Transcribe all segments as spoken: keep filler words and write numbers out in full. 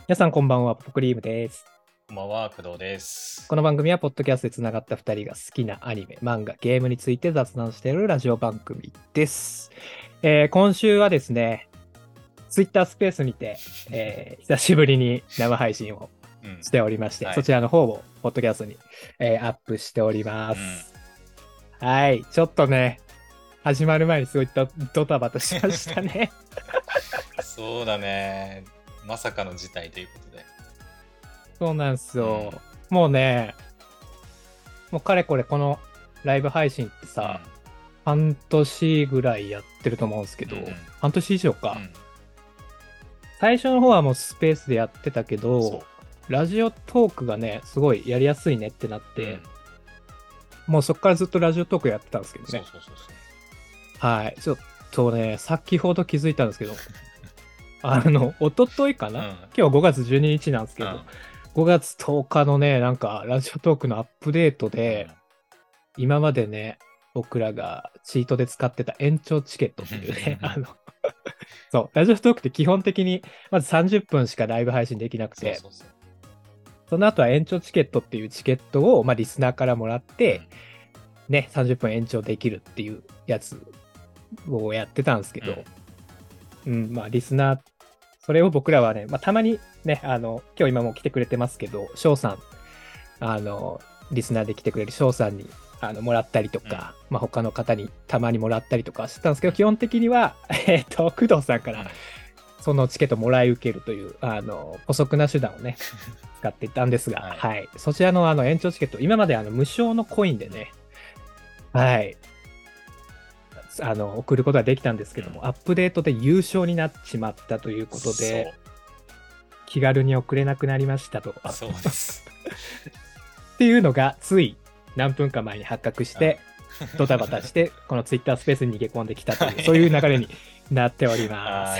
皆さんこんばんは、ポップクリームです。 こんばんは、工藤です。 この番組はポッドキャストでつながったふたりが好きなアニメ、漫画、ゲームについて雑談しているラジオ番組です。えー今週はですね、ツイッタースペースにて、えー久しぶりに生配信をうん。 しておりまして、 はい。 そちらの方をポッドキャストに、えーアップしておりまうん。 す。はい、ちょっとね、始まる前にすごいドドタバタしましたね。 そうだね。まさかの事態ということで。 そうなんですうん。 よ。もうね、もうかれこれこのライブ配信ってうん。 さ、半年ぐらいやってると思うんですけど、 うん。 半年以上か。 うん。 最初の方はもうスペースでやってたけど、 そラジオトークがね、すごいやりやすいねってなっう。うて、 ん。 もうそこからずっとラジオトークやってたんですけどね。 そうそうそうそう。 はい。ちょっとね、先ほど気づいたんですけど、あの、一昨日かなうん。 今日ごがつじゅうににちなんですけど、 うん。 ごがつとおかのね、なんかラジオトークのアップデートで、 うん。 今までね、僕らがチートで使ってた延長チケットっていうね、あの、そう、ラジオトークって基本的にまずさんじゅっぷんしかライブ配信できなくて、 そうそうそう。 その後は延長チケットっていうチケットを、まあ、リスナーからもらって、 うん。 ね、さんじゅっぷん延長できるっていうやつをやってたんですけうん。 ど、うん、まあ、リスナー、それを僕らはね、まあ、たまにね、あの、今日今もう来てくれてますけど、翔さん、あの、リスナーで来てくれる翔さんに、あの、もらったりとうん。 か、まあ、他の方にたまにもらったりとかしてたんですけど、 うん。 基本的には、えっと、工藤さんからうん。 そのチケットもらい受けるという、あの、姑息な手段をね、使っていたんですが、 はい。 はい。そちらのあの延長チケット、今まであの無償のコインでうん。 ね、はい。あの、送ることができたんですけども、 うん。 アップデートで優勝になっちまったということで、 そう。 気軽に送れなくなりましたと。っそうです。 ていうのが、つい何分か前に発覚しうん。 て、ドタバタして、このツイッタースペースに逃げ込んできたという、 はい。 そういう流れになっております。 はい。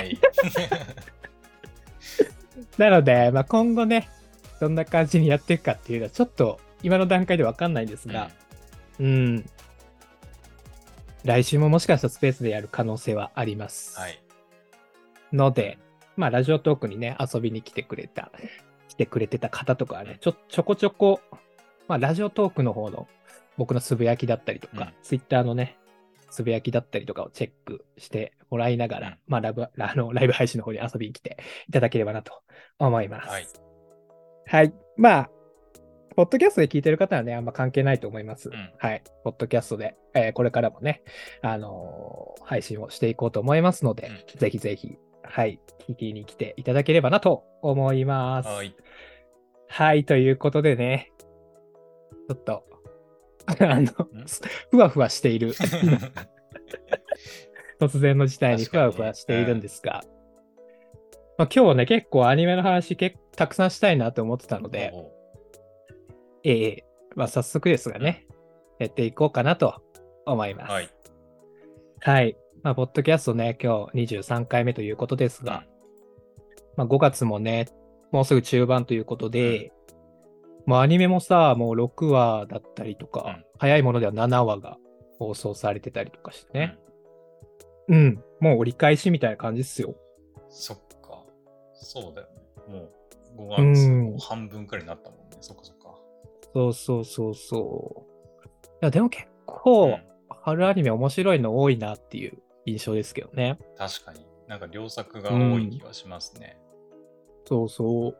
なので、まあ、今後ね、どんな感じにやっていくかっていうのは、ちょっと今の段階でわかんないんですが、 うん。 うん、来週ももしかしたらスペースでやる可能性はあります。 はい。 ので、 うん。 まあ、ラジオトークにね、遊びに来てくれた、来てくれてた方とかはね、 うん。 ちょ、ちょこちょこ、まあ、ラジオトークの方の僕のつぶやきだったりとか、 うん。 ツイッターのね、つぶやきだったりとかをチェックしてもらいながら、 うん。 まあ、ラブ、あの、ライブ配信の方に遊びに来ていただければなと思いまはい。 す。はい。まあ、ポッドキャストで聞いてる方はね、あんま関係ないと思います。 うん。 はい。ポッドキャストで、えーこれからもね、あのー配信をしていこうと思いますので、 うん。 ぜひぜひ、はい、聞きに来ていただければなと思います。 はい。 はい、ということでね、ちょっと、あの、 うん。 ふわふわしている、今、突然の事態にふわふわ確かにね。 しているんうん。 ですが、まあ、今日ね、結構アニメの話けたくさんしたいなと思ってたので、 ほうほええまあ、早速ですがう。うん。 ね、やっていこうかなと思いまはい。 す。はい。まあ、ポッドキャストね、今日にじゅうさんかいめということですが、 うん。 まあ、ごがつもね、もうすぐ中盤ということうん。 で、まあ、アニメもさ、もうろくわだったりとか、 うん。 早いものではななわが放送されてたりとかしてね。 うん。 うん。もう折り返しみたいな感じっすよ。 そっか。そうだよね。もううごがつもん。 半分くらいになったもんね。そっかそっか。 そうそうそうそう。いや、でも結構、 うん。 春アニメ面白いの多いなっていう印象ですけどね。 確かに。なんか良作うが多い気ん。 はしますね。 そうそう。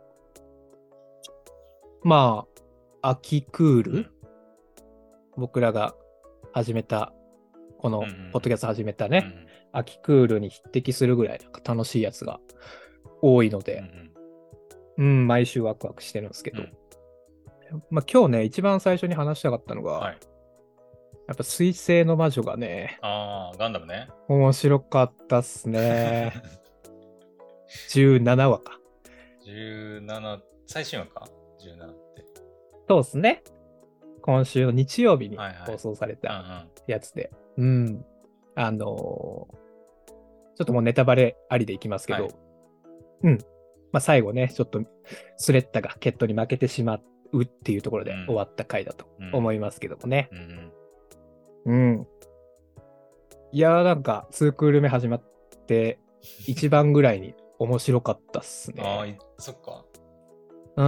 まあ、秋クールうん。 僕らが始めた、こうんうの、ポッドキャんスト始めたうん。うね、 ん秋クールに匹敵するぐらいなんか楽しいやつが多いので、 うん。 うん、毎週ワクワクしてるんですけど、 うん。 まあ今日ね、一番最初に話したかったのが、 はい。 やっぱ水星の魔女がね、 ああ、ガンダムね。 面白かったっすね。じゅうななわか。 じゅうなな、最新話か？ じゅうなな って。 そうっすね。今週の日曜日に放はいはい。 送されたうんうん。 やつで、うん。あのーちょっともうネタバレありでいきますけど、 はい。 うん。まあ、最後ね、ちょっとスレッタがケットに負けてしまうっていうところうん。 で終わった回だとうん。 思いますけどもね。 うんうん。 うん。いやーなんか、ツークール目始まって、一番ぐらいに面白かったっすああ、 ね。 いそっか。 うん。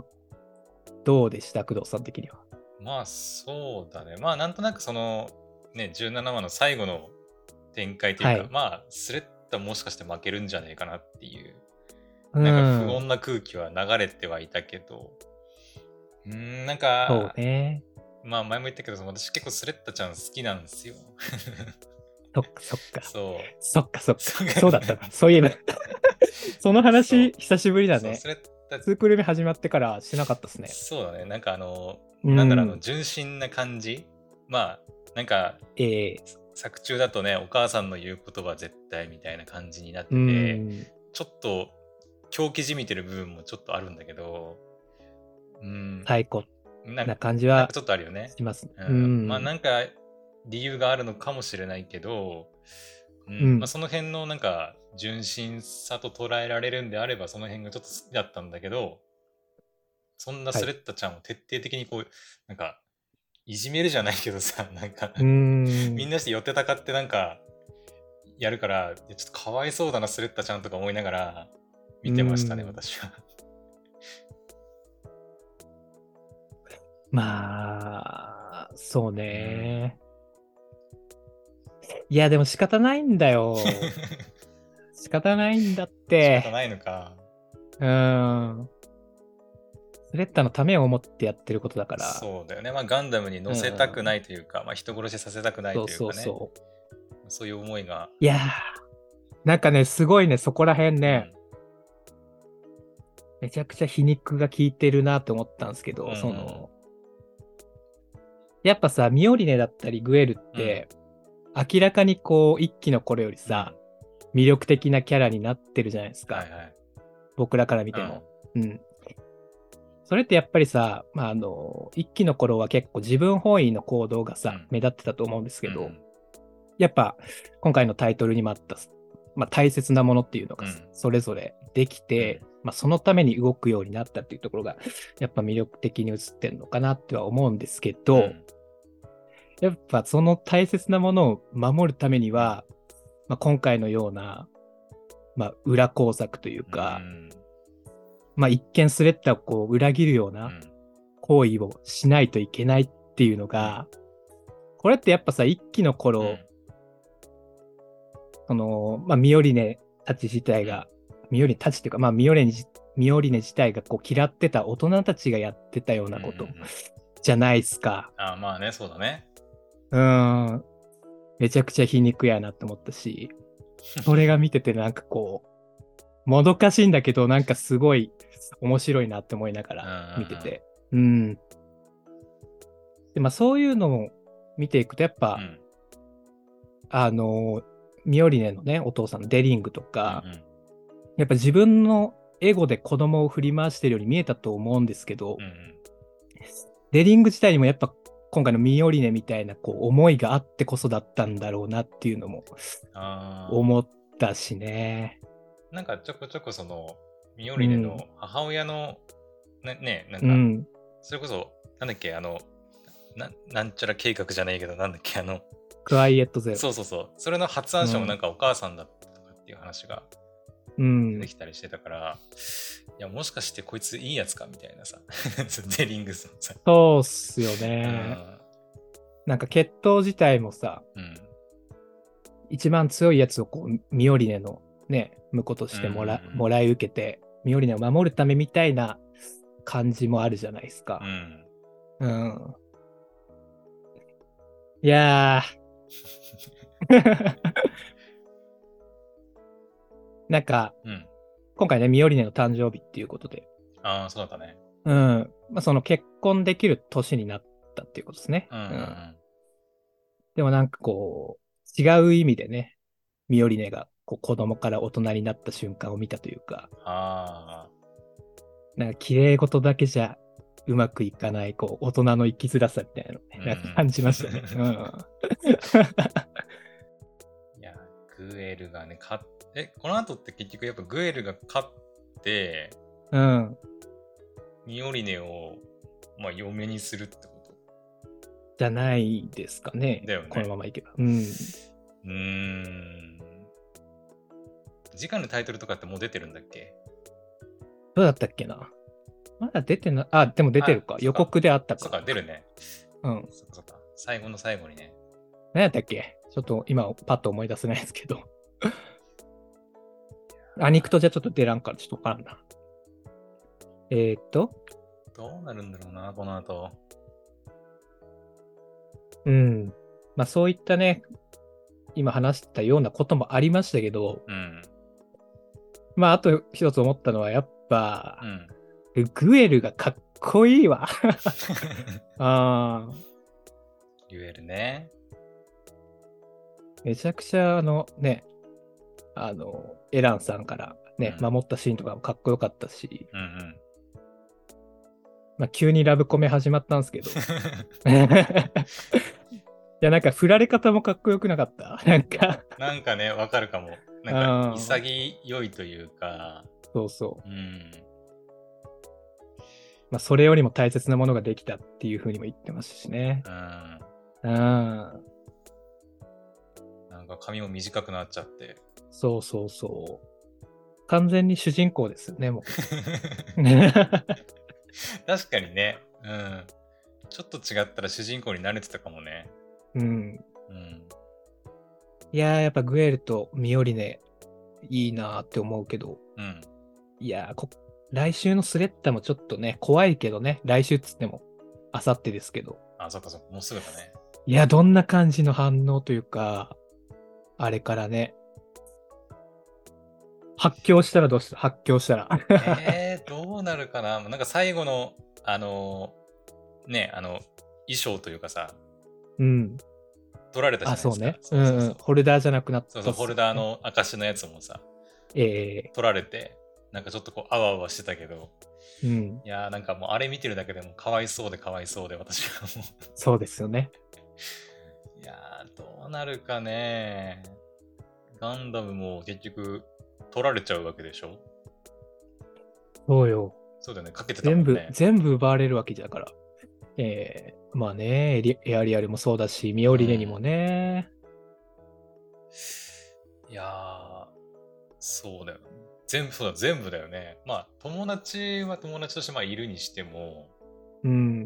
どうでした工藤さん的には。 まあそうだね。まあなんとなくそのね、じゅうななわの最後の展開というか、 はい。 まあスレッタもしかして負けるんじゃねえかなっていう、 うなんか不穏ん。 な空気は流れてはいたけど、うーん、なんそうか、 ね。 まあ前も言ったけど、私結構スレッタちゃん好きなんですよ。 そっかそっか。 そう。 そっかそっか。 そうそうだったな。そういえばその話、 そう。 久しぶりだそう、 ね。 スレッタ、 ツークル目始まってからしなかったっすね。 そうだね。なんかあの、 うなんだろう、あの、 ん。 純真な感じ。まあ、なんか、 ええ作中だとね、お母さんの言うことは絶対みたいな感じになっうてて、 ん。 ちょっと狂気じみてる部分もちょっとあるんだけど、うん、 最高なんな感じはなんかちょっとあるよね。 しますね。 ううん、まあん。 なんか理由があるのかもしれないけど、うんまあ、 うん。 その辺のなんか純真さと捉えられるんであればその辺がちょっと好きだったんだけど、そんなはい。 スレッタちゃんを徹底的にこう、なんかいじめるじゃないけどさ、なんかうみんん。 なして寄ってたかってなんかやるから、いやちょっとかわいそうだな、スレッタちゃんとか思いながらう見てましたね、 ん。 私は。 まあ、そううん。 ね。いや、でも仕方ないんだよ。仕方ないんだっ仕方て。 ないのか。 うん。スレッタのためを思ってやってることだから。 そうだよね。まあガンダムにう乗せたくなん。 いというか、まあ人殺しさせたくないそうというかね。 そうそう。 そういう思いが。 いやー、なんかね、すごいね、そこら辺ね、 うん。 めちゃくちゃ皮肉が効いてるなって思ったんですけど、 うんうんその、やっぱさ、ミオリネだったりグエルっうん。うん。 て、明らかにこう、一期の頃よりうん。 さ、魅力的なキャラになってるじゃないですか。 はいはい。 僕らから見うん。 ても。うん。それってやっぱりさ、まあ、あの、一期の頃は結構自分本位の行動がさ、 うん。 目立ってたと思うんですけど、 うん。 やっぱ今回のタイトルにもあった、まあ、大切なものっていうのがうん。 それぞれできうん。 て、まあ、そのために動くようになったっていうところが、やっぱ魅力的に映ってるのかなっては思うんですけど、 うん。 やっぱその大切なものを守るためにうん。 は、まあ、今回のような、まあ、裏工作といううか、 ん。 まあ、一見スレッタをこう裏切るようなうん。 行為をしないといけないっていうのうん。 が、これってやっぱさ、一期の頃、 うん。 その、まあ、ミオリネたち自体うん。 が、ミオリネたちっていうか、まあ、ミオリネじ、ミオリネ自体がこう嫌ってた大人たちがやってたよううん。うなことん。 じゃないですか。 ああ、まあね、そうだね。 うーん、めちゃくちゃ皮肉やなって思ったし、それが見ててなんかこう、もどかしいんだけど、なんかすごい面白いなって思いながうん。うら見てん。 て。うん。で、まあそういうのを見ていくと、やっぱ、 うん。 あの、ミオリネのね、お父さんのデリングとか、 うん。 やっぱ自分のエゴで子供を振り回してるように見えたと思うんですけど、 うん。うん。 デリング自体にもやっぱ今回のミオリネみたいなこう思いがあってこそだったんだろうなっていうのもああ。 思ったしね。 なんかちょこちょこその、ミオリネうん。 の母親の、ね、ね、なんか、 うん。 それこそ、なんだっけ、あの、ななんちゃら計画じゃないけど、なんだっけ、あの、 クワイエットゼロ。 そうそうそう、それの発案者もなんうん。 かお母さんだったとかっていう話がうん。 出てきたりしてたから、いや、もしかしてこいついいやつかみたいなさ、デリングスのさ、 そうっすようね。 ん、 なんか決闘自体もさ、 うん、 一番強いやつをこうミオリネのね、婿とうん、 してもら、 うん、 もらい受けて、ミオリネを守るためみたいな感じもあるじゃないですか。 うん、 うん。いやー、なんか、 うん。 今回ね、ミオリネの誕生日っていうことで、 ああ、そうだったね。 うん。まあ、その結婚できる年になったっていうことですね。 うん、うん、ううん。 ん。 でもなんかこう、違う意味でね、ミオリネがこう子供から大人になった瞬間を見たというか、 ああ、 なんか綺麗事だけじゃうまくいかない、こう、大人の生きづらさみたいなのをね、 うん、うなんかん。 感じましたね。うん。 いや、グエルがね、勝っえ、この後って結局やっぱグエルが勝って、 うん。 ミオリネを、まあ、嫁にするってこじゃないですかとね。このだよね。 ままいけば。うん。 うーん。次回のタイトルとかってもう出てるんだっけ？ どうだったっけな。 まだ出てな、あ、でも出てるか。 あ、そっか。 予告であったか。 そっか、出るね。 うん。 そっかそっか。最後の最後にね。 何やったっけちょっと今パッと思い出せないですけど。アニクトじゃちょっと出らんからちょっとわからんな。えーっと、 どうなるんだろうな、この後。 うん。まあそういったね、今話したようなこともありましたけど、 うん。 まああと一つ思ったのはやっぱ、 うん。 グエルがかっこいいわ。ああ、 言えるね。 めちゃくちゃあのね、あの、エランさんからね、 うん守ったシーンとかもかっこよかったし、 うんうん。 まあ急にラブコメ始まったんですけど、いやなんか振られ方もかっこよくなかった。なんかなんかね、わかるかも。なんかあ潔いというか、 そうそう。 うん。 まあそれよりも大切なものができたっていうふうにも言ってますしね。 うん。 うん。 なんか髪も短くなっちゃって。 そうそうそう。完全に主人公ですよね、もう。 確かにね。うん。ちょっと違ったら主人公に慣れてたかもね。 うん。 うん。 いやー、やっぱグエルとミオリネ、いいなーって思うけど、 うん。 いやーこ、来週のスレッタもちょっとね、怖いけどね、来週っつっても、あさってですけど、 あ、そっかそっか。もうすぐだね。 いや、どんな感じの反応というか、あれからね、発狂したらどうした発狂したら。 えー、どうなるかな。なんか最後の、あのーね、あの、衣装というかさ、 うん。 取られたじゃあ、 ないですか。 そうね。うんうん。 そうそうそう。 ホルダーじゃなくなっそうそう、 たっすよね。 ホルダーの証のやつもさ、 ええ取られて、なんかちょっとこう、あわあわしてたけど、 うん。 いやーなんかもうあれ見てるだけでもかわいそうでかわいそうで、私はもそうですよね。 う。いやーどうなるかね。ガンダムも結局、取られちゃうわけでしょ。 そうよ。 そうだよね、かけてたも全部、 んね。 全部奪われるわけだから。ええまあね、エリエアリアルもそうだし、ミオリネにもうん。 ね。 いやー、そうだよ。全部、そうだ、全部だよね。まあ、友達は友達としてまあいるにしても、 うん。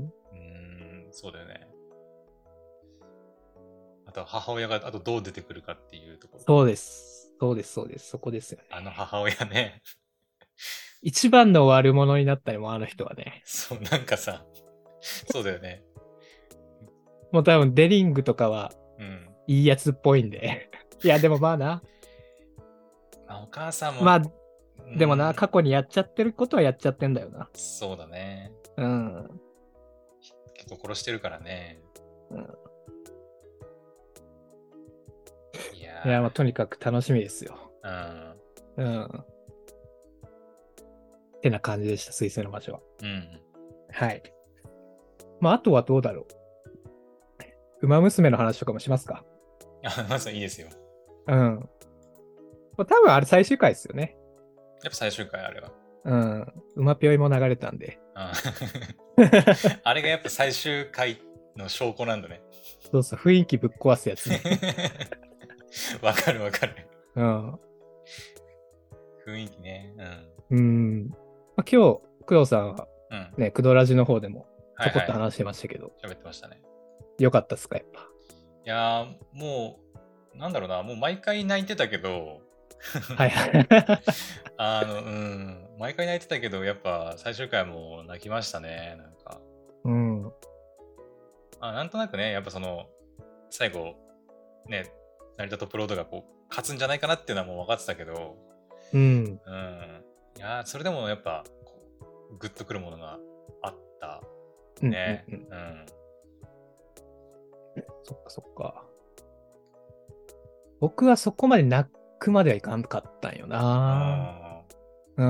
うーん、そうだよね。あとは母親があとどう出てくるかっていうところ。 そうです。そうです、そうです。そこですよね。 あの母親ね。 一番の悪者になったりもあの人はね。 そう、なんかさ、そうだよね。 もう多分デリングとかはうん。 いいやつっぽいんで。いや、でもまあな。 まあ、お母さんも、 まあ、 うでもな、 ん、 過去にやっちゃってることはやっちゃってんだよな。 そうだね。 うん。 結構殺してるからね。 うん、 いいや、まあ、 やとにかく楽しみですよ。 ー、 うん。ってな感じでした、水星の魔女は。 うん。うん。 はい。まあ、あとはどうだろう。馬娘の話とかもしますか？ あ、まずいいですよ。 うん。まあ、多分あれ最終回ですよね。 やっぱ最終回あれは。 うん。馬ぴょいも流れたんで。 ああれがやっぱ最終回の証拠なんだね。 そうそう、雰囲気ぶっ壊すやつね。 わかるわかる。 うん。 雰囲気ね。 うん。まあ、今日、工藤さんはうん。うん。 ね、クドラジの方でもちょこっはいはい。 と話してましたけど、 喋ってましたね。 よかったっすか、やっぱ。 いやー、もう、なんだろうな、もう毎回泣いてたけど、 はいはい。 あの、うん、毎回泣いてたけど、やっぱ最終回も泣きましたね、なんか。 うん。 あ、なんとなくね、やっぱその、最後、ね、成田とプロードがこう、勝つんじゃないかなっていうのはもう分かってたけど、 うん。 うん。いやー、それでもやっぱ、こう、グッとくるものがあったうんうんね。 うん。 うん。 そっかそっか。僕はそこまで泣くまではいかんかったんよな。 あうん。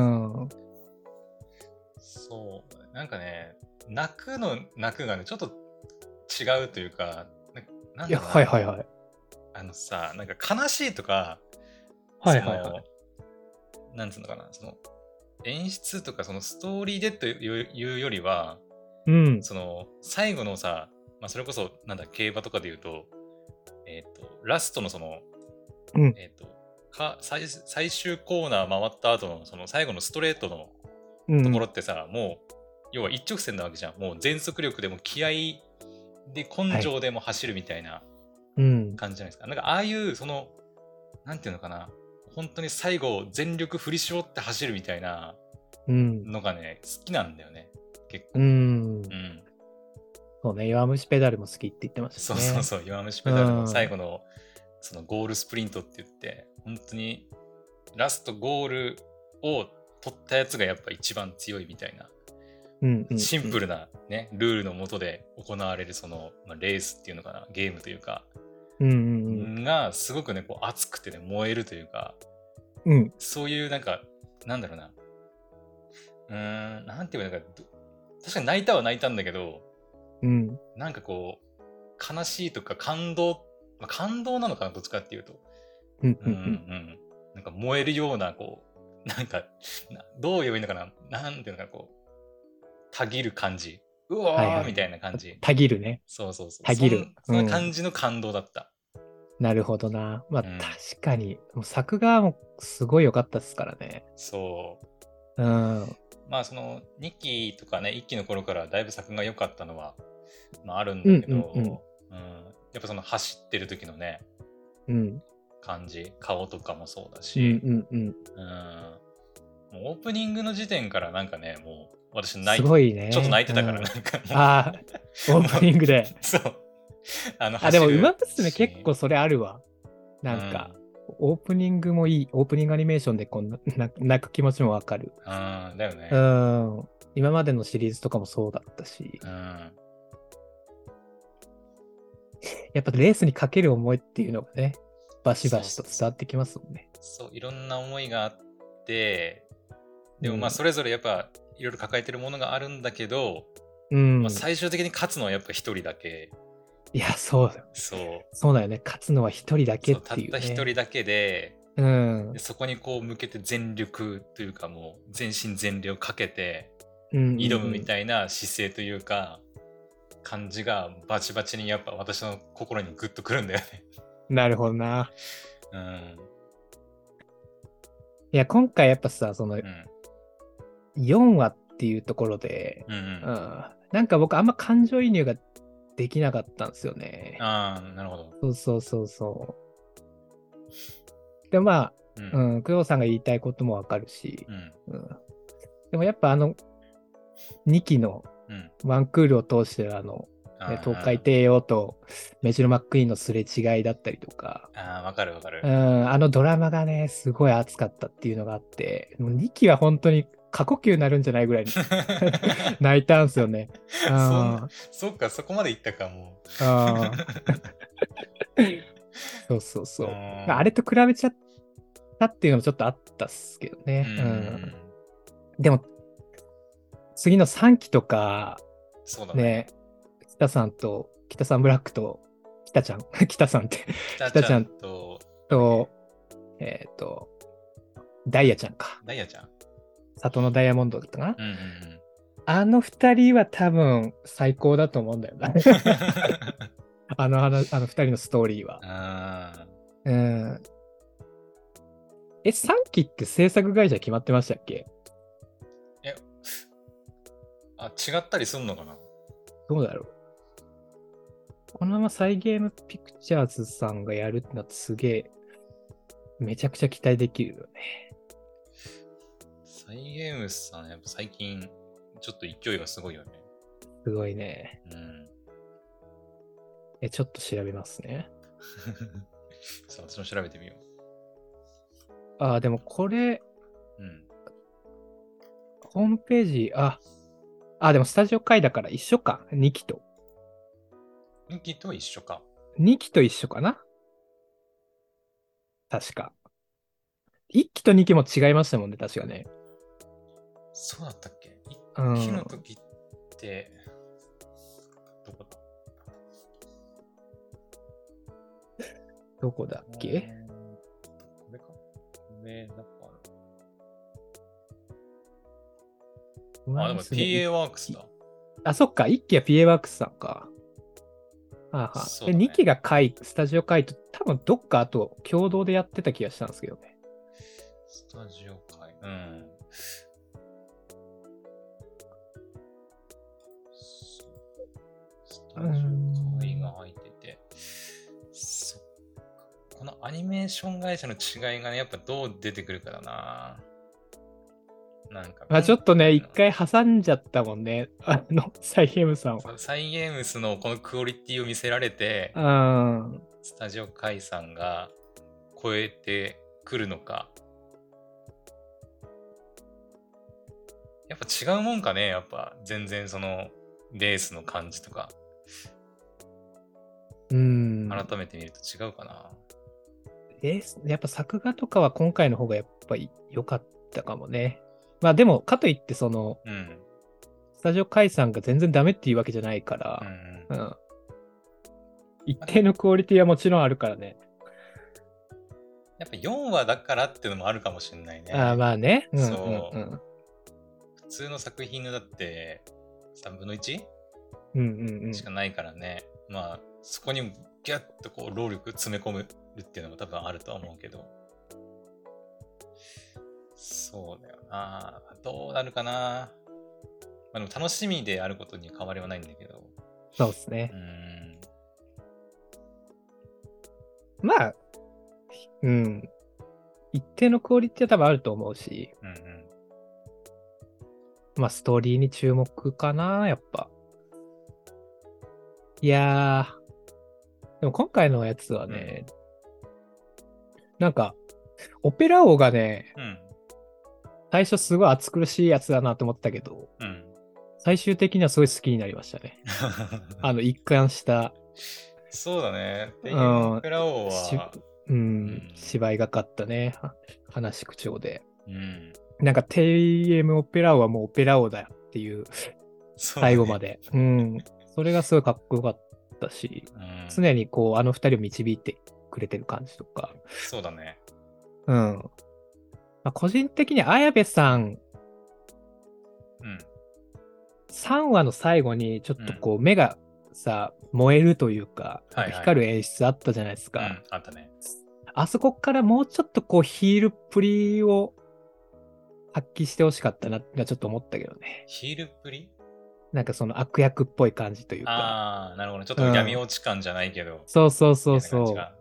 そう。なんかね、泣くの泣くがね、ちょっと違うというか、ななんいや、 だろうな、 はいはいはい。 あのさ、なんか悲しいとか、その、 はいはいはい。 なんつうのかな、その、演出とかそのストーリーでといういうよりは、 うん。 その、最後のさ、まあ、それこそ、なんだ、競馬とかで言うと、えっ、と、ラストのその、 うん。 えっ、と、か最、最終コーナー回った後の、その最後のストレートのとこうん。 ろってさ、もう、 要は一直線なわけじゃん。もう全速力でも気合で根性でも走るみたいなうん。 感じじゃないですか。なんかああいうそのなんていうのかな、本当に最後全力振り絞って走るみたいなうん。 のがね好きなんだよね結構。 うん。 うんそうね、弱虫ペダルも好きって言ってましたそうね。 そうそう、弱虫ペダルの最後のそのゴールスプリントって言って、本当にラストゴールを取ったやつがやっぱ一番強いみたいな、 うんうんうん、 シンプルなね、ルールの下で行われるその、まあ、レースっていうのかな、ゲームというか、 うんうんうんがすごくね、こう熱くてね、燃えるというか、 うん、 そういうなんか、なんだろうな、うーん、なんていうのか、確かに泣いたは泣いたんだけど、 うん、なんかこう、悲しいとか感動、まあ、感動なのかな、どっちかっていうと。 うんうんうん。なんか燃えるような、こう、なんか、どう言えばいいのかな、なんていうのかな、こう、たぎる感じ。うわー、はいはい、みたいな感じ。 たぎるね。 そうそうそう。 たぎる。 そんな感じの感動だった。 うん、なるほどな。まあ、うん、確かに、もう作画もすごい良かったですからね。 そう。 うん。 まあ、その、にきとかね、いっきの頃からだいぶ作画良かったのは、まあ、あるんだけど、うんうんうんうん、やっぱその走ってる時のね、 うん、 感じ、顔とかもそうだし、 うんうんうん、 うん、もうオープニングの時点からなんかね、もう私泣いて、 すごいね、 ちょっと泣いてたから、 うん、 なんかもうああ、オープニングで。 そう。あの、 あ、でも、ウマ娘結構それあるわ。なんか、うん、オープニングもいい、オープニングアニメーションでこんな泣く気持ちもわかる。 うん、だよね。 うん。今までのシリーズとかもそうだったし。 うん。 やっぱレースにかける思いっていうのがね、バシバシと伝わってきますもんね。 そう、いろんな思いがあって、でもまあそれぞれやっぱいろいろ抱えてるものがあるんだけど、うんまあ、最終的に勝つのはやっぱ一人だけ。 いや、そうだよ。 そう。 そうだよね。勝つのは一人だけっていう、ね。 たった一人だけで、 うん、 でそこにこう向けて全力というかもう全身全霊をかけて挑むみたいな姿勢というか、感じがバチバチにやっぱ私の心にグッとくるんだよね。 なるほどな。 うん。 いや、今回やっぱさ、その、うん、よんわっていうところで、 うんうんうん、 なんか僕あんま感情移入ができなかったんですよね。 ああ、なるほど。 そうそうそうそう。でもまあ、うん、工藤さんが言いたいこともわかるし、うんうん、でもやっぱあのにきのワンクールを通してあの、ね、東海帝王とメジロマックイーンのすれ違いだったりとか、 ああ、わかるわかる。 うん、あのドラマがね、すごい熱かったっていうのがあって、もうにきは本当に過呼吸になるんじゃないぐらいに泣いたんすよね。 そ, そっか、そこまでいったかも。 あそうそうそう。あれと比べちゃったっていうのもちょっとあったっすけどね。うん、うん、でも、次のさんきとか、 そうだね。ね北さんと、北さんブラックと、北ちゃん北さんって、 北ちゃんと、 とえっ、ー、と、ダイヤちゃんか。 ダイヤちゃん里のダイヤモンドだったかな、 うんうんうん、 あの二人は多分最高だと思うんだよな。あの、あの、あの二人のストーリーは。あうん。え、さんきって制作会社決まってましたっけ？ え、あ、違ったりすんのかな？ どうだろう。このままサイゲームピクチャーズさんがやるってのはすげえ、めちゃくちゃ期待できるよね。 サイゲームさん、やっぱ最近、ちょっと勢いがすごいよね。 すごいね。うん。え、ちょっと調べますね。 さあ、私も調べてみよう。 ああ、でもこれ、うん。ホームページ、あ、あ、でもスタジオ会だから一緒か。にきと。 にきと一緒か。 にきと一緒かな？確か。いっきとにきも違いましたもんね、確かね。 そうだったっけ？いっきの時って、どこだどこだっけ？ これか？これだから。あ、でも ピーエー ワークスだ。 あ、そっか。いっきは ピーエー ワークスさんか。はあはあ、ね、でにきが会、スタジオ会と多分どっかあと共同でやってた気がしたんですけどね。 スタジオ会。うん。 ラジオ会が入ってて、そっか。このアニメーション会社の違いがね、やっぱどう出てくるかだな。なんかまあちょっとね、一回挟んじゃったもんね。あの、サイ・ゲームさんは。 サイ・ゲームスのこのクオリティを見せられて、 うん、 スタジオ解散が超えてくるのか。やっぱ違うもんかね、やっぱ全然そのレースの感じとか。 うん。 改めて見ると違うかな。 えー、やっぱ作画とかは今回の方がやっぱり良かったかもね。まあでも、かといってその、 うん、 スタジオ解散が全然ダメっていうわけじゃないから、うん、うん、一定のクオリティはもちろんあるからね。 やっぱよんわだからっていうのもあるかもしれないね。 ああ、まあね。うん、 そう、 うんうん。 普通の作品のだってさんぶんのいち、 うんうんうん、 しかないからね。まあそこにギュッとこう労力詰め込むっていうのも多分あるとは思うけど。そうだよな。どうなるかな。まあでも楽しみであることに変わりはないんだけど。 そうですね。 うーん。 まあ、うん。一定のクオリティは多分あると思うし、 うんうん。 まあストーリーに注目かな、やっぱ。いやー、でも今回のやつはね、うん、なんか、オペラ王がね、うん、最初すごい暑苦しいやつだなと思ったけど、うん、最終的にはすごい好きになりましたね。あの一貫した。 そうだね。っていうオペラ王は、 うん、うん、芝居がかったね。話し口調で。 うん、 なんかテイエムオペラ王はもうオペラ王だよっていう、最後まで。う、ね、うん。それがすごいかっこよかったし、うん、常にこう、あの二人を導いてくれてる感じとか。 そうだね。 うん。まあ、個人的に綾部さん、うん、さんわの最後にちょっとこう目がさ、うん、燃えるというか、なんか光る演出あったじゃないですか。 はいはい、うん、あったね。 あそこからもうちょっとこうヒールっぷりを発揮してほしかったなってちょっと思ったけどね。 ヒールっぷり？ なんかその悪役っぽい感じというか。 ああ、なるほど。ちょっと闇落ち感じゃないけど。うん、 そうそうそうそう。うん、 確か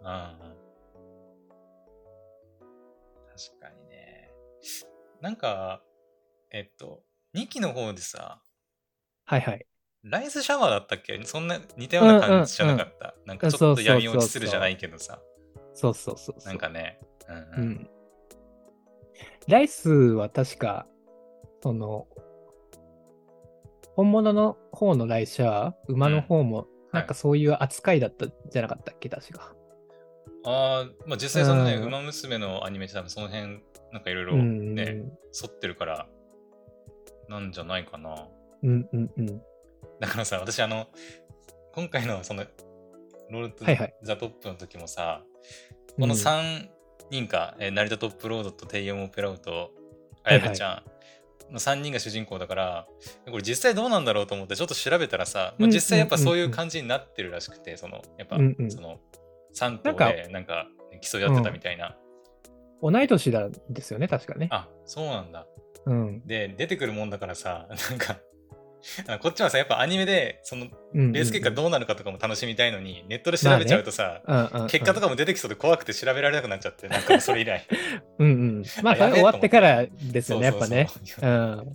にね。なんか、えっと、にきの方でさ、 はいはい。 ライズシャワーだったっけ？そんな似たような感じじゃなかった。うんうんうん、なんかちょっと闇落ちするじゃないけどさ。 そうそうそうそう。 なんかね。うんうん。うん、 ライスは確か、その、本物の方のライシャワー、馬の方も、なんかそういう扱いだったじゃなかったっけ、確か。 ああ、まあ実際そのね、馬娘のアニメって多分その辺、なんかいろいろね、沿ってるから、なんじゃないかな。 うんうんうん。 だからさ、私あの、今回のその、ロールとザ・トップの時もさ、はいはい、このさんにんか、うん、えー、成田トップロードとテイエムオペラウと、あやべちゃん、はいはい、のさんにんが主人公だから、これ実際どうなんだろうと思ってちょっと調べたらさ、まあ、実際やっぱそういう感じになってるらしくて、その、やっぱ、うんうん、その、さん頭でなんか競い合ってたみたいな。 うん、同い年なんですよね、確かね。 あ、そうなんだ。 うん、 で、出てくるもんだからさ、なんか、こっちはさ、やっぱアニメで、その、レース結果どうなるかとかも楽しみたいのに、うんうんうん、ネットで調べちゃうとさ、まあね、うんうんうん、結果とかも出てきそうで怖くて調べられなくなっちゃって、なんかそれ以来。 うんうん。まあ、終わってからですよね、やっぱね。うん。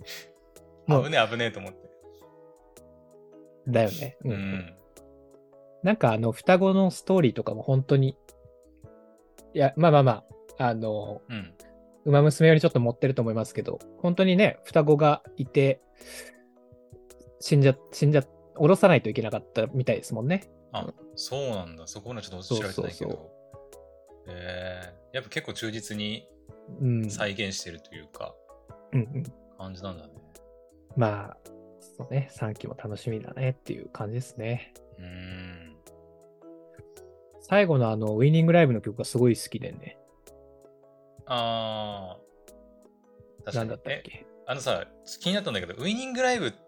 もう危ねえ危ねえと思って。 だよね。うん。うん、なんかあの、双子のストーリーとかも本当に、いや、まあまあまあ、あの、うん、馬娘よりちょっと持ってると思いますけど、本当にね、双子がいて、死んじゃ、死んじゃ、下ろさないといけなかったみたいですもんね。 あ、うん、そうなんだ。そこまでちょっと調べてないけど。そうそうそう、えー、やっぱ結構忠実に再現してるというか、うんうん、感じなんだね。 まあ、そうね、さんきも楽しみだねっていう感じですね。 うーん。 最後のあの、ウィニングライブの曲がすごい好きでね。 あー。確かに。 何だったっけ？ あのさ、気になったんだけど、ウィニングライブって、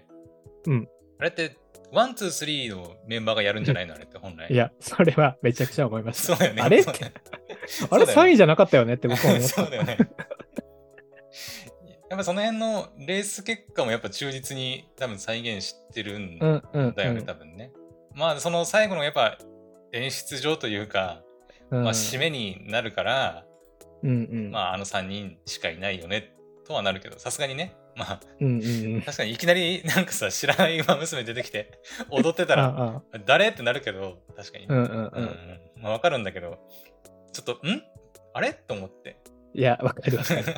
うん。 あれって、ワン、ツー、スリーのメンバーがやるんじゃないのあれって本来。 いや、それはめちゃくちゃ思いました。 そうだよね。 あれって。あれさんいじゃなかったよねって僕は思った。 そうだよね。 やっぱその辺のレース結果もやっぱ忠実に多分再現してるんだうんうんよね、 うん。 多分ね。まあその最後のやっぱ演出上というか、 うん、 まあ締めになるから、 うんうん。 まああのさんにんしかいないよねとはなるけど、さすがにね、まあうんうんうん。 確かにいきなりなんかさ、知らない馬娘出てきて踊ってたら、 ああ、 誰ってなるけど、確かにね。 うんうんううんん。 まあわかるんだけど、ちょっと、んあれと思って。 いや、わかるわかる。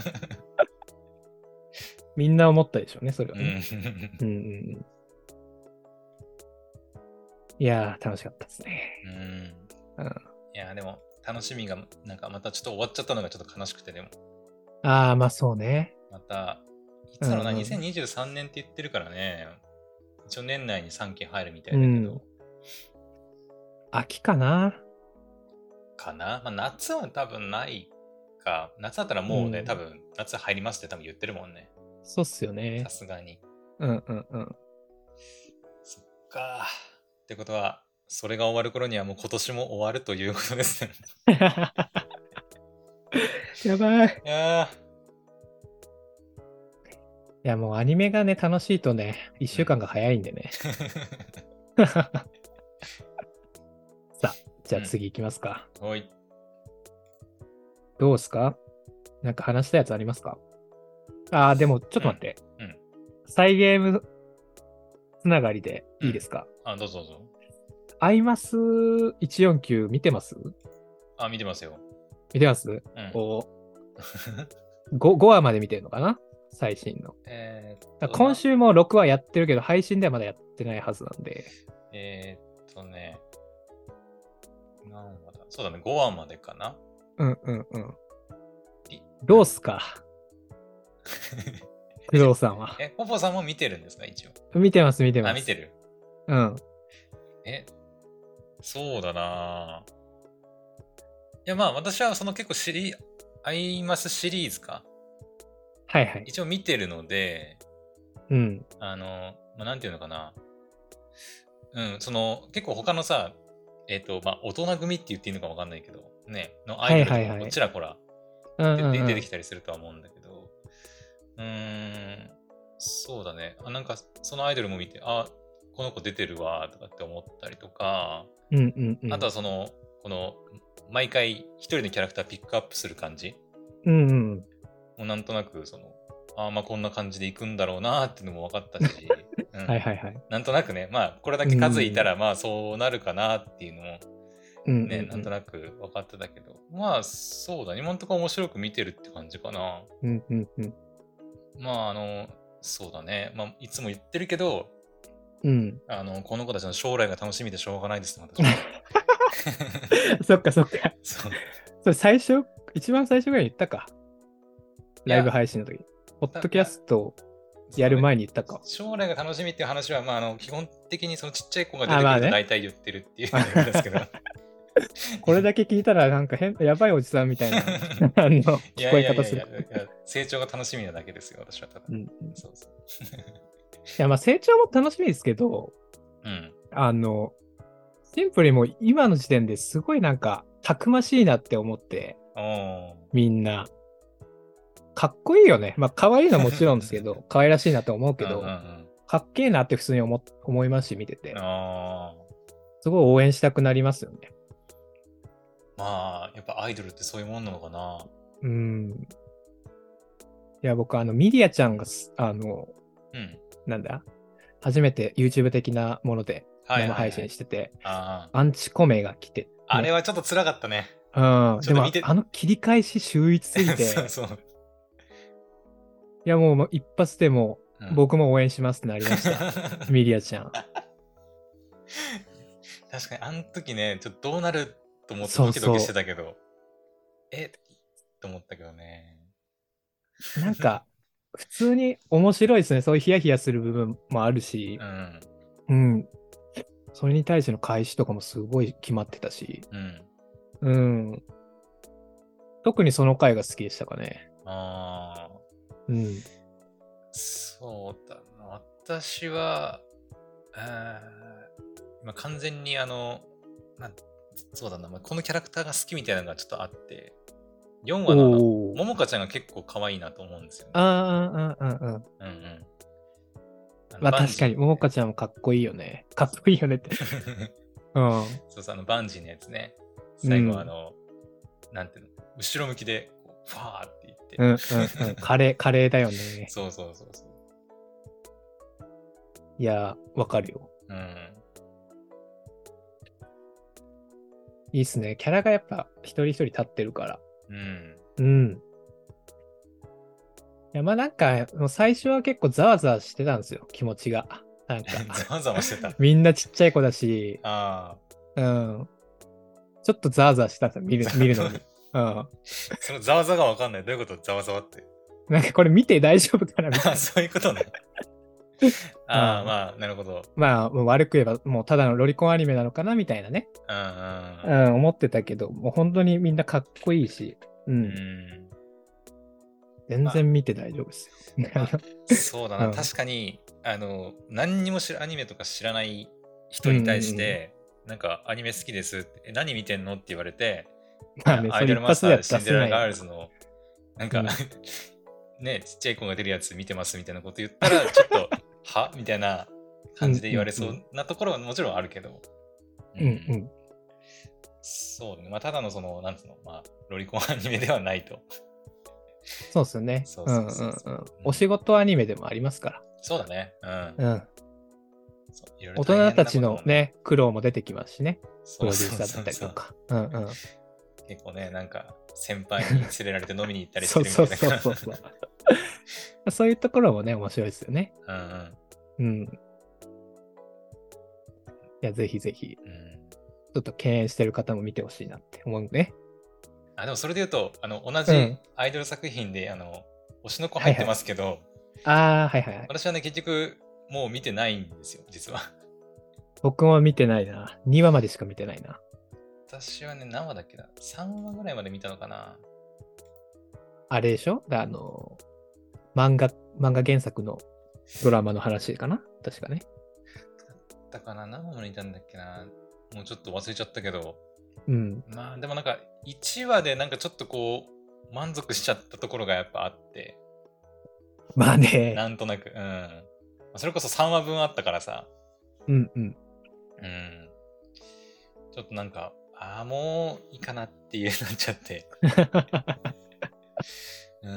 みんな思ったでしょうね、それはうね。 んうんうんうん。いやー、楽しかったですね。 うん。 うん、 いや、でも、楽しみが、なんかまたちょっと終わっちゃったのがちょっと悲しくて、でも。 ああ、まあそうね。 また、いつだろうな、 うんうん。 にせんにじゅうさんねんって言ってるからね、一応年内にさんき入るみたういだけど、 ん。秋かな。 かな。まあ、夏は多分ないか。夏だったらもうね、 うん、 多分、夏入りますって多分言ってるもんね。 そうっすよさね。 すがに。 うんうんうん。 そっか。ってことは、それが終わる頃にはもう今年も終わるということですね。 やばい。 いやいや、もうアニメがね、楽しいとね、一週間が早いんでね。さあ、じゃあ次行きますか。 ー、おい。 どうすか？なんか話したやつありますか？ああ、でもちょっと待って。 うんうんサイゲームつながりでいいですか？ あ、どうぞどうぞ。 アイマスいちよんきゅう見てます？ あ、見てますよ。 見てます？ うん。 お 5, ごわまで見てるのかな、最新の。 えーっだからと、 今週もろくわやってるけど、配信ではまだやってないはずなんで。 えーっとね、何話だそうだね、ごわまでかな。 うんうんうん。 いどうっすか、工藤さんは。 え、ポポさんも見てるんですか、一応。 見てます見てあ、 ます。 見てる。 うん。 え、そうだなぁ。いや、まあ、私はその結構シリ、アイマスシリーズか。 はいはい。 一応見てるので、 うん。 あの、まあ、なんていうのかな。うん、その、結構他のさ、えっ、と、まあ、大人組って言っていいのかわかんないけど、ね、のアイドルとかもはいはいはい。 ちらほらうんうででんうん。 出てきたりするとは思うんだけど、うーん、そうだね。あ、なんか、そのアイドルも見て、あ、この子出てるわ、とかって思ったりとか、 うんうんうん。 あとはその、この、毎回一人のキャラクターピックアップする感じうんうん。 もうなんとなく、その、あまあこんな感じで行くんだろうなっていうのも分かったし、うん、 はいはいはい。 なんとなくね、まあこれだけ数いたらまあそうなるかなっていうのもうんね、 うんうん。 なんとなく分かってたけど、まあそうだね、今んとこ面白く見てるって感じかな。 うんうんうん。 まああの、そうだね、まあいつも言ってるけど、 うん。 あの、この子たちの将来が楽しみでしょうがないですね、私は。 そっかそっか。 そう。 それ最初、一番最初ぐらいに言ったか。ライブいや、 配信の時。ポッドキャいやストそうねやる前に言ったか。 将来が楽しみっていう話は、まあ、あの基本的にそのちっちゃい子が出あ、 てくるとまあね。 大体言ってるっていうだけですけど。 これだけ聞いたらなんか変、やばいおじさんみたいなあのい聞やこえ方すいやいやいやる。 いや、成長が楽しみなだけですよ、私はただ。 うんうん、いそうそう。 や、まあ成長も楽しみですけど、 うん。 あの、シンプルにもう今の時点ですごいなんか、たくましいなって思って、 おー。 みんな。かっこいいよね。まあ、可愛いのはもちろんですけど、可愛らしいなと思うけど、 うんうんうん、 かっけえなって普通に思思いますし、見てて。 あすごい応援したくなりますよね。 まあ、やっぱアイドルってそういうもんなのかな。 うん。いや、僕、あの、ミリアちゃんがす、あの、 うん。 なんだ初めて YouTube 的なものではいはいはい生配信してて、 あアンチコメが来て、ね。 あれはちょっと辛かったね。 うん。でもちょっと見て、 あの切り返し秀逸すぎて、 そうそう。 いやもう一発でもうん、 僕も応援しますってなりました。ミリアちゃん。 確かに、あの時ね、ちょっとどうなると思ってそうそうドキドキしてたけど、えと思ったけどね。 なんか、普通に面白いですね。そういうヒヤヒヤする部分もあるしう、ん。 うん。それに対しての返しとかもすごい決まってたし、 うん。 うん。特にその回が好きでしたかね。 ああ。 うん。 そうだな。私は、あまあ、完全にあの、まあ、そうだな、まあ、このキャラクターが好きみたいなのがちょっとあって、 よんわのあのももかちゃんが結構可愛いなと思うんですよね。 ああ、ああ、ああ、うんうん。まあ確かに、ももかちゃんもかっこいいよね。かっこいいよねって。うん。 そうそう、あのバンジーのやつね。最後あの、うん、なんていうの、後ろ向きで、ファーって言って。 うんうんうん。カレー、カレーだよね。 そうそうそうそう。 いや、わかるよ。 うん。 いいっすね。キャラがやっぱ一人一人立ってるから。 うん。 うん。いや、まあなんか、もう最初は結構ざわざわしてたんですよ、気持ちが。なんか、 ざわざわしてた。 みんなちっちゃい子だし、 あうん。ちょっとざわざわしてたんですよ、見る見るのに。うん。 そのざわざわがわかんない。どういうことざわざわって。 なんかこれ見て大丈夫かなみたいな。 そういうことね。ああ、まあ、なるほど。 まあ、もう悪く言えば、もうただのロリコンアニメなのかなみたいなね。 うん、うん、 うん、思ってたけど、もう本当にみんなかっこいいし、うん。うん全然見て大丈夫ですよ。 まあ、そうだな、 うん、 確かに、あの、何にも知らアニメとか知らない人に対して、うんうん、なんかアニメ好きですって、え、何見てんのって言われて、まあね、アイドルマスターでシンデレラガールズの、なんか、うん、ね、ちっちゃい子が出るやつ見てますみたいなこと言ったら、ちょっと、はみたいな感じで言われそうなところはもちろんあるけど。 うんうん。 そうね。まあ、ただのその、なんつうの、まあ、ロリコンアニメではないと。 そうっすね。そうそうそうそう。お仕事アニメでもありますから。 そうだね。うん。 うん。大人たちのね、苦労も出てきますしね。プロデューサーだったりとか。うんうん。 結構ね、なんか、先輩に連れられて飲みに行ったりしてるみたいな。 そうそうそうそう。そういうところもね、面白いですよね。 うんうん。 うん。いや、ぜひぜひ、うん、ちょっと敬遠してる方も見てほしいなって思うね。 あ、でもそれで言うと、あの、同じアイドル作品で、うん、あの、推しの子入ってますけど、はいはい、 ああ、はいはいはい。 私はね、結局、もう見てないんですよ、実は。 僕も見てないな。にわまでしか見てないな。 私はね、何話だっけな ?さん 話ぐらいまで見たのかな。 あれでしょあの、漫画、漫画原作のドラマの話かな確かね。 だったかな何話まで見たんだっけなもうちょっと忘れちゃったけど。 うん。 まあ、でもなんか、いちわでなんかちょっとこう、満足しちゃったところがやっぱあって。 まあね。 なんとなく、うん。それこそさんわぶんあったからさ。 うんうん。うん。 ちょっとなんか、ああ、もういいかなっていうなっちゃって。うん。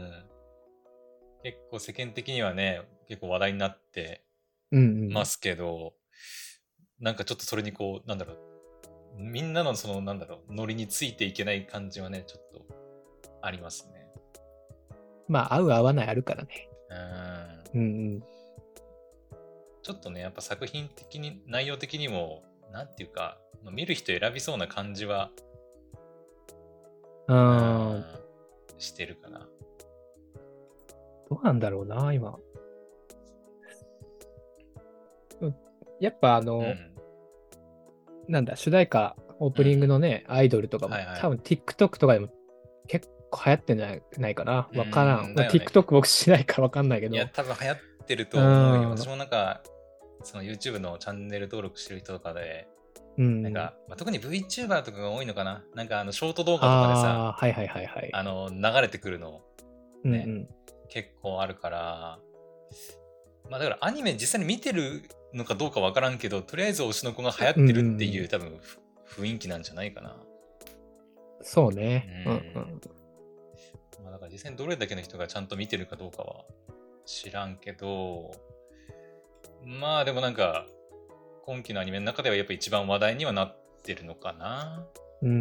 結構世間的にはね、結構話題になってますけど、うんうん、なんかちょっとそれにこう、なんだろう、みんなのその、なんだろう、ノリについていけない感じはね、ちょっとありますね。 まあ、合う合わないあるからね。 うん。 うんうん。 ちょっとね、やっぱ作品的に、内容的にも、なんていうか、見る人選びそうな感じは、 うん、 してるかな。 どうなんだろうな、今。やっぱあの、うん、なんだ、主題歌、オープニングのね、うん、アイドルとかも、はいはい、多分 TikTok とかでも結構流行ってないないかな。わからん。んね、TikTok 僕しないからわかんないけど。 いや、多分流行ってると思うよ。私もなんか、その YouTube のチャンネル登録してる人とかで、うん、なんか、まあ、特に VTuber とかが多いのかな。なんかあのショート動画とかでさ、 はいはいはいはい、 あの流れてくるの、ね、うんうん、結構あるから、まあだからアニメ実際に見てるのかどうかわからんけど、とりあえず推しの子が流行ってるっていう、うんうん、多分雰囲気なんじゃないかな。 そうね。うん、うんうんまあ、だから実際にどれだけの人がちゃんと見てるかどうかは知らんけど、まあでもなんか今期のアニメの中ではやっぱ一番話題にはなってるのかな。 うん。うん。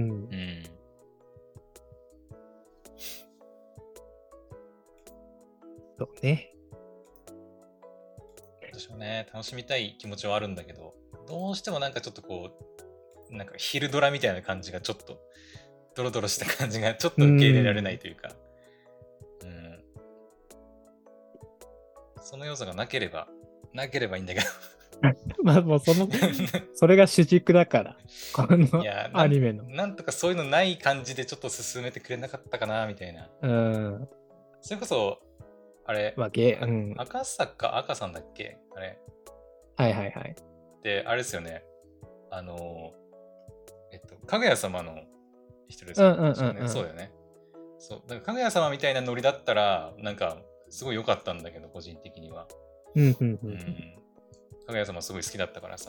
そうね。 私もね、楽しみたい気持ちはあるんだけど、どうしてもなんかちょっとこう、なんか昼ドラみたいな感じがちょっと、ドロドロした感じがちょっと受け入れられないというか、うん。うん、その要素がなければ、なければいいんだけど。 まあもうその、それが主軸だから、このアニメのな。なんとかそういうのない感じでちょっと進めてくれなかったかな、みたいな。 うん。 それこそ、あれ、 まあゲうん、 赤坂赤さんだっけあれ。 はいはいはい。 で、あれですよね。あの、えっと、かぐや様の人ですよね。 うんうんうんうん、 そうだよね。 そう。だから、かぐや様みたいなノリだったら、なんか、すごい良かったんだけど、個人的には。 うん、うん、うん。 かぐや様すごい好きだったからさ。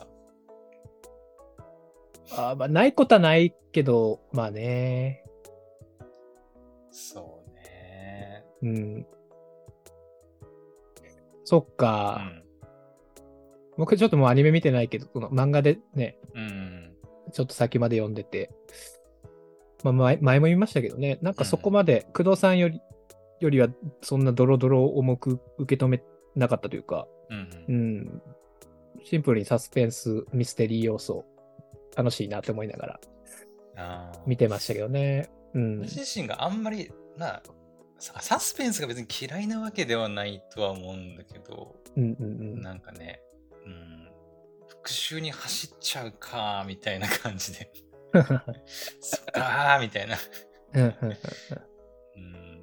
あまあ、ないことはないけど、まあね。 そうね。 うん。そっか。うん、僕ちょっともうアニメ見てないけど、この漫画でね、 うん、 ちょっと先まで読んでて、まあ前、前も言いましたけどね、なんかそこまで工藤さんより、よりはそんなドロドロ重く受け止めなかったというか、うん、うん、シンプルにサスペンス、ミステリー要素、楽しいなって思いながら見てましたけどね。うん、 私自身があんまりなサスペンスが別に嫌いなわけではないとは思うんだけど、 うんうんうん、 なんかね、うん、復讐に走っちゃうかみたいな感じでそっかーみたいなうん、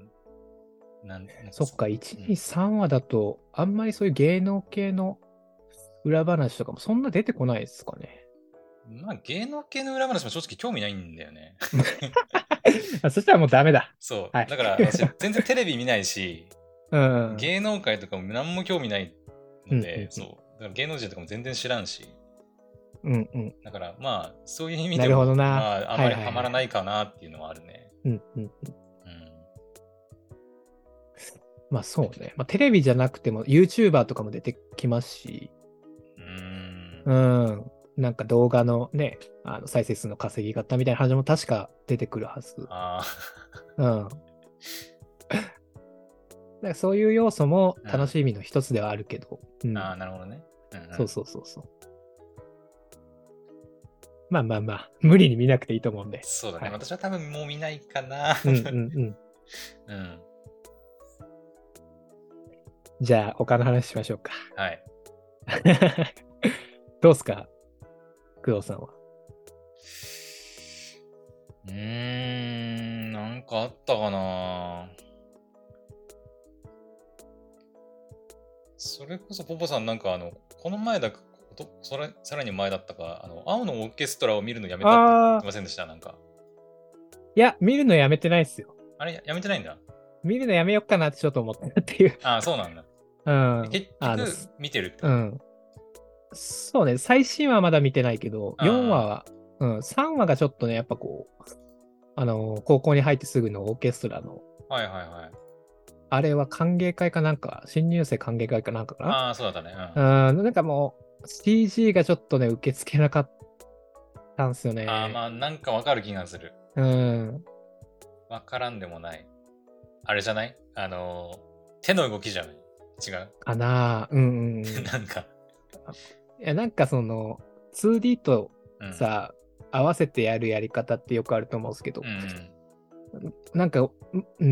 なんそっか、いち、に、さんわだと、あんまりそういう芸能系の裏話とかもそんな出てこないですかね。 まあ芸能系の裏話も正直興味ないんだよねそしたらもうダメだ。 そう。はい、だから私全然テレビ見ないし、うん、芸能界とかも何も興味ないので、うんうんうん、そう。だから芸能人とかも全然知らんし。 うんうん。 だからまあそういう意味でも、まああまりハマらないかなっていうのはあるね。 うんうんうん。まあそうね。まあテレビじゃなくても YouTuber とかも出てきますし。うん。うん。なんか動画のね、あの再生数の稼ぎ方みたいな話も確か出てくるはず。ああ。うん。だからそういう要素も楽しみの一つではあるけど。 うん、ああ、なるほどね、 うんうん。そうそうそうそう。まあまあまあ、無理に見なくていいと思うんで。 そうだね。はい、私は多分もう見ないかな。 うんうんうん。うん。じゃあ、他の話しましょうか。 はい。 どうすか、工藤さんは。 うーん、なんかあったかな。それこそポポさんなんかあの、この前だか、それさらに前だったか、あの、青のオーケストラを見るのやめたって言ってませんでした、なんか。 いや、見るのやめてないっすよ。 あれ、やめてないんだ。 見るのやめよっかなってちょっと思ったっていう。 ああ、そうなんだ。 うん。 結局、見てるってこと、 うん。そうね、最新話はまだ見てないけど、よんわは、うん、さんわがちょっとね、やっぱこう、あのー、高校に入ってすぐのオーケストラの、 はいはいはい。 あれは歓迎会かなんか、新入生歓迎会かなんかかな。 ああ、そうだったね。 うん、うん、なんかもう、シージー がちょっとね、受け付けなかったんすよね。 ああ、まあ、なんかわかる気がする。 うん。 わからんでもない。あれじゃない？あのー、手の動きじゃない？違うかなぁ。うんうん、うん。 なんか。 いや、なんかその、ツーディー とさ、うん、合わせてやるやり方ってよくあると思うんですけど、うん、なんか、うん、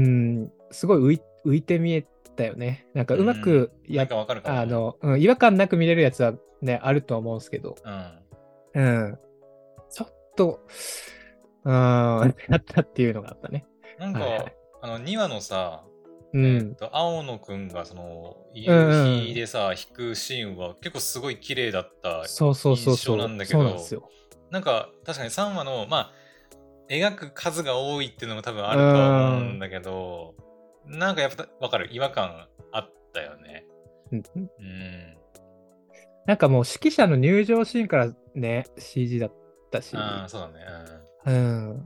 すごい浮い浮いて見えたよね。なんかうまくや、うん、あの、うん、違和感なく見れるやつはね、あると思うんですけど、うん。うん。ちょっと、うん、やったっていうのがあったね。 なんか、はいはい、あの、にわのさ、 うん、 えー、と青野くんがその夕日でさ、うん、弾くシーンは結構すごい綺麗だった印象なんだけど、なんか確かにさんわのまあ描く数が多いっていうのも多分あるとは思うんだけど、んなんかやっぱ分かる違和感あったよね。 うん、うん、なんかもう指揮者の入場シーンからね シージー だったし、 ああそうだね。 うん、うん、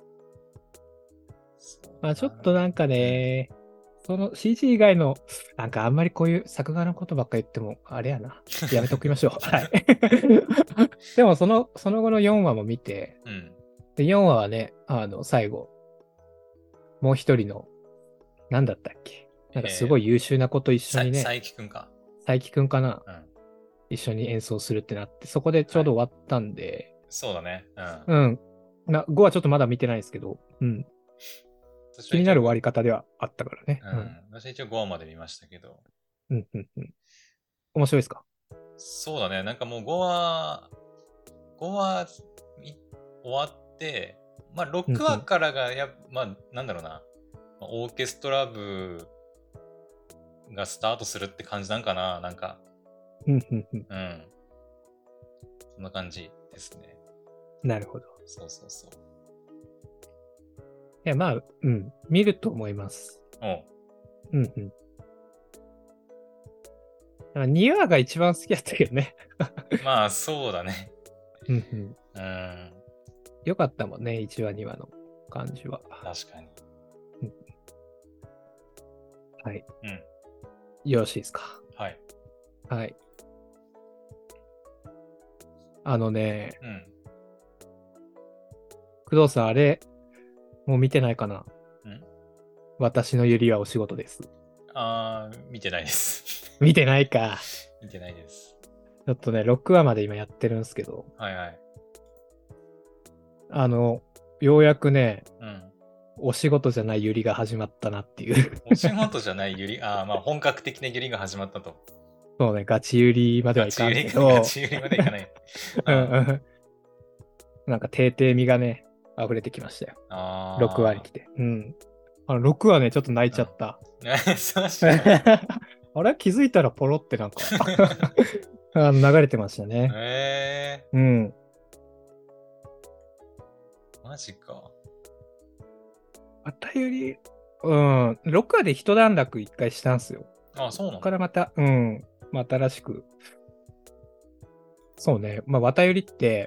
まあちょっとなんかね、うん、その シージー 以外の、なんかあんまりこういう作画のことばっか言っても、あれやな。やめときましょう。はい。でもその、その後のよんわも見て、うん、で、よんわはね、あの、最後、もう一人の、なんだったっけ。なんかすごい優秀な子と一緒にね。 佐伯くんか。 佐伯くんかな、うん。一緒に演奏するってなって、そこでちょうど終わったんで。はい、 そうだね。 うん。うん。なごはちょっとまだ見てないですけど、うん。気になる終わり方ではあったからね。 うん。私一応ごわまで見ましたけど。 うんうんうん。面白いですか？ そうだね。なんかもうごわ、ごわ終わって、まあろくわからがや、うんうん、まあなんだろうな、オーケストラ部がスタートするって感じなんかな、なんか。 うんうんうん。 うん。そんな感じですね。 なるほど。 そうそうそう。 や、まあ、うん。見ると思います。 おう。 うんうん。にわが一番好きだったけどね。 まあ、そうだね。 うんうん。 うん。 よかったもんね、いちわ、にわの感じは。 確かに。 うん、はい。 うん。 よろしいですか。 はい。 はい。あのね、 うん。 工藤さん、あれ、もう見てないかな。 うん私のゆりはお仕事です。 あー、見てないです。 見てないか。 見てないです。 ちょっとね、ろくわまで今やってるんですけど、 はいはい。 あの、ようやくね、 うん。 お仕事じゃないゆりが始まったなっていう。 お仕事じゃないゆり、あー、まあ本格的なゆりが始まったと。 そうね、ガチゆりまではいかんガチゆりか、ガけど、 チゆりまでいかない。 うんうん。 うんなんか定定味がね、溢れてきましたよ。ろくわにあ来て。うん。あのろくわね、ちょっと泣いちゃー。 った。 うん。確かに。 あれ気づいたらポロってなんかあの流れてましたね。 えうん。 ー、マジか。 あたゆり、うん。ろくわで一段落一回したんすよ。 あ、そうなここんだ。 からまた、うん。まあ、新しく。そうね。まあ、わたゆりって、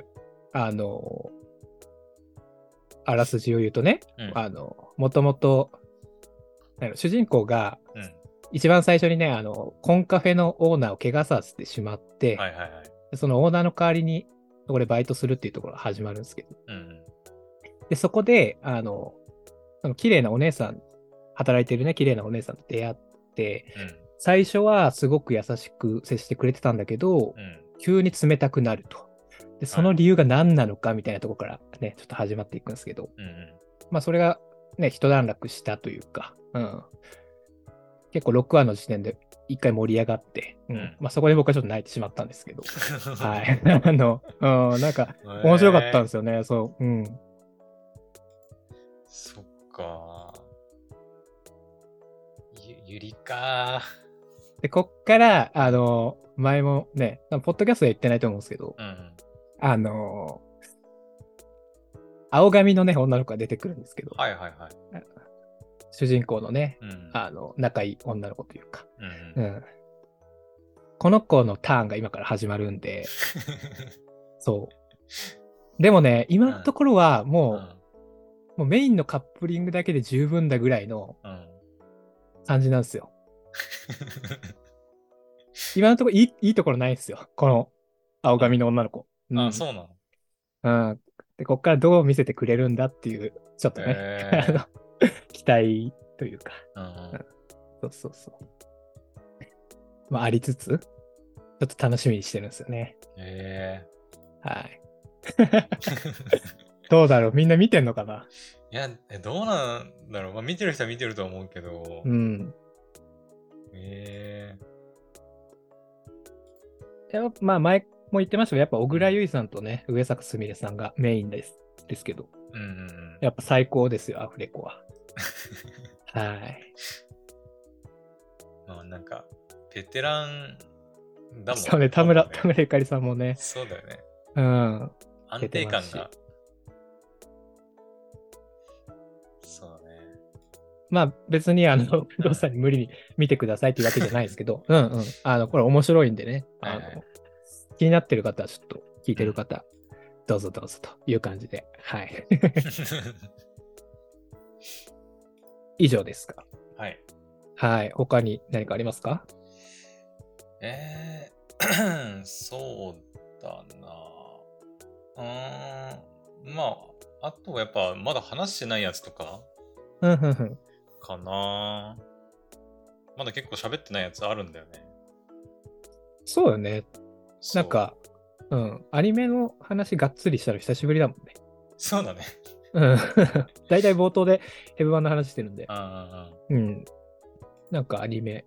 あの、あらすじを言うとね、 うん。 あの、もともと、なんか主人公が、 うん。 一番最初にね、あの、コンカフェのオーナーを怪我させてしまって、 はいはいはい。 でそのオーナーの代わりに、そこでバイトするっていうところが始まるんですけど、 うんうん。 で、そこで、あの、その綺麗なお姉さん、働いてるね、綺麗なお姉さんと出会って、 うん。 最初はすごく優しく接してくれてたんだけど、 うん。 急に冷たくなると。で、そはい。 の理由が何なのかみたいなところからね、ちょっと始まっていくんですけど、 うんうん。 まあ、それがね、一段落したというか、うん。結構ろくわの時点で一回盛り上がって、うん。 うん。 まあ、そこで僕はちょっと泣いてしまったんですけど、はい。あの、うん、なんか、面白かったんえー、 ですよね、そう。うん。 そっか。ゆ、ゆりか。 で、こっから、 うん。 あの、前もね、ポッドキャストで言ってないと思うんですけど、 うん。 あの、青髪のね、女の子が出てくるんですけど、 はいはいはい。 主人公のね、 うん。 あの、仲いい女の子というか、 うんうん。 うん。この子のターンが今から始まるんで、そう。でもね、今のところはもうん。 う、もうメインのカップリングだけで十分だぐらいのうん。 感じなんですよ。今のところいい、いいところないんですよ。この青あ、 髪の女の子。うあ、 ん。 そうなの。 うん。で、こっからどう見せてくれるんだっていう、ちょっとね、あえの、期待というか、 ー。うんうん。 うん、そうそうそう。まあ、ありつつ、ちょっと楽しみにしてるんですよね。 えはい。 ー。 どうだろうみんな見てんのかな。 いや、えどうなんだろう。まあ、見てる人は見てると思うけど。 うん。 えやっぱまあ、前も言ってましたけど、やっぱ小ー。うん。 倉優衣さんとね、上坂すみれさんがメインです、ですけど、 うんうんうん。 やっぱ最高ですよ、アフレコは。はい。 まあ、なんか、ベテランだもんね、 そうね、田村、田ほぼね。 村ゆかりさんもね、 そうだよね。 うん、 安出てますし。 定感が。そうだね。 まあ別にあの、不動うん。 産に無理に見てくださいっていうわけじゃないですけど、うんうん。あの、これ面白いんでね、あの、 はいはい。 気になってる方はちょっと聞いうん。 てる方、どうぞどうぞという感じで、はい。以上ですか。 はい。 はい。他に何かありますか？ えー、そうだな。うーん。まあ、あとはやっぱまだ話してないやつとかうんうんうん。 かな。まだ結構喋ってないやつあるんだよね。 そうよね。なんそう。 か、うん。アニメの話がっつりしたの久しぶりだもんね。 そうだね。 うん。大体冒頭でヘブ版の話してるんで。 ああ、 うん。なんかアニメ、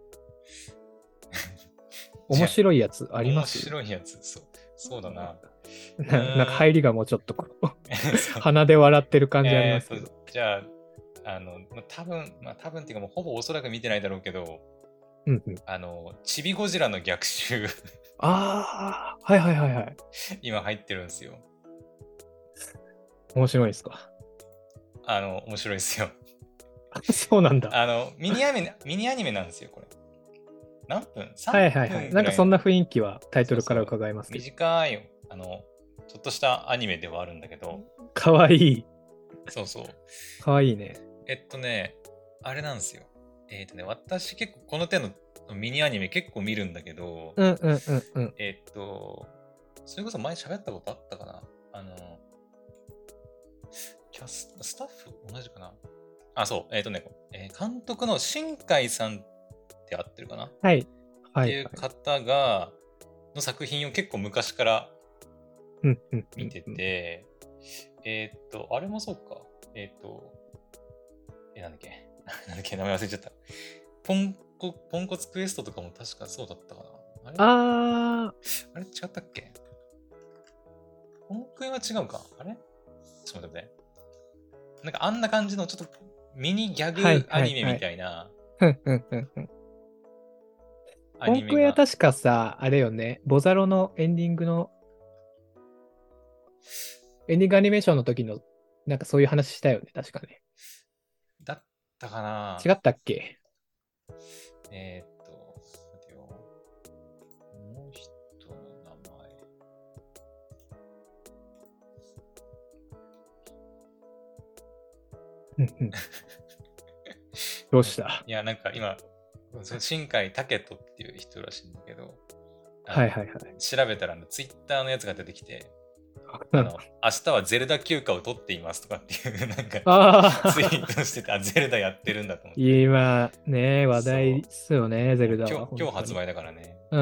じゃあ、 面白いやつありま面す？ 白いやつ。そう。そうだな。うな、なんかーん。 入りがもうちょっとこうそう。 鼻で笑ってる感じありまえーと、 すけど。 じゃあ、あの、まあ多分、まあ多分っていうかもうほぼおそらく見てないだろうけど、 うんうん。 あの、チビゴジラの逆襲ああ、はいはいはいはい。 今入ってるんですよ。 面白いですか。 あの、面白いですよ。 そうなんだ。 あの、ミニアニメ、ミニアニメなんですよ、これ。何分 ?さん 分はいはいはい。なんかそんな雰囲気はタイトルから伺いますけど。 短い、あの、ちょっとしたアニメではあるんだけど。 かわいい。 そうそう。 かわいいね。 えっとね、あれなんですよ。えっとね、私結構この手のミニアニメ結構見るんだけど、 うんうんうんうん。 えっと、それこそ前喋ったことあったかなあの、キャス、スタッフ同じかなあ、そう。えっ、ー、とね、えー、監督の新海さんって合ってるかなはい。はい。 っていう方が、の作品を結構昔から見てて、えっと、あれもそうか。えっ、ー、と、えー、なんだっけなんだっけ名前忘れちゃった。ポンコ、ポンコツクエストとかも確かそうだったかなあれあー。あれ違ったっけポンクエは違うかあれちょっと待ってね。なんかあんな感じのちょっとミニギャグアニメみたいなアニメが。 ポンクエは確かさ、あれよね、ボザロのエンディングの、エンディングアニメーションの時の、なんかそういう話したよね、確かね。 だったかな違ったっけえー、っと、待てよ。この人の名前。 どうしたいや、なんか今、新海武人っていう人らしいんだけど、 はいはいはい。 調べたら、ツイッターのやつが出てきて、あの、明日はゼルダ休暇を取っていますとかっていう、なんか、ツイートしてて、あ、ゼルダやってるんだと思って。 今、ね、話題っすよね、ゼルダは。 今日発売だからね。 うん。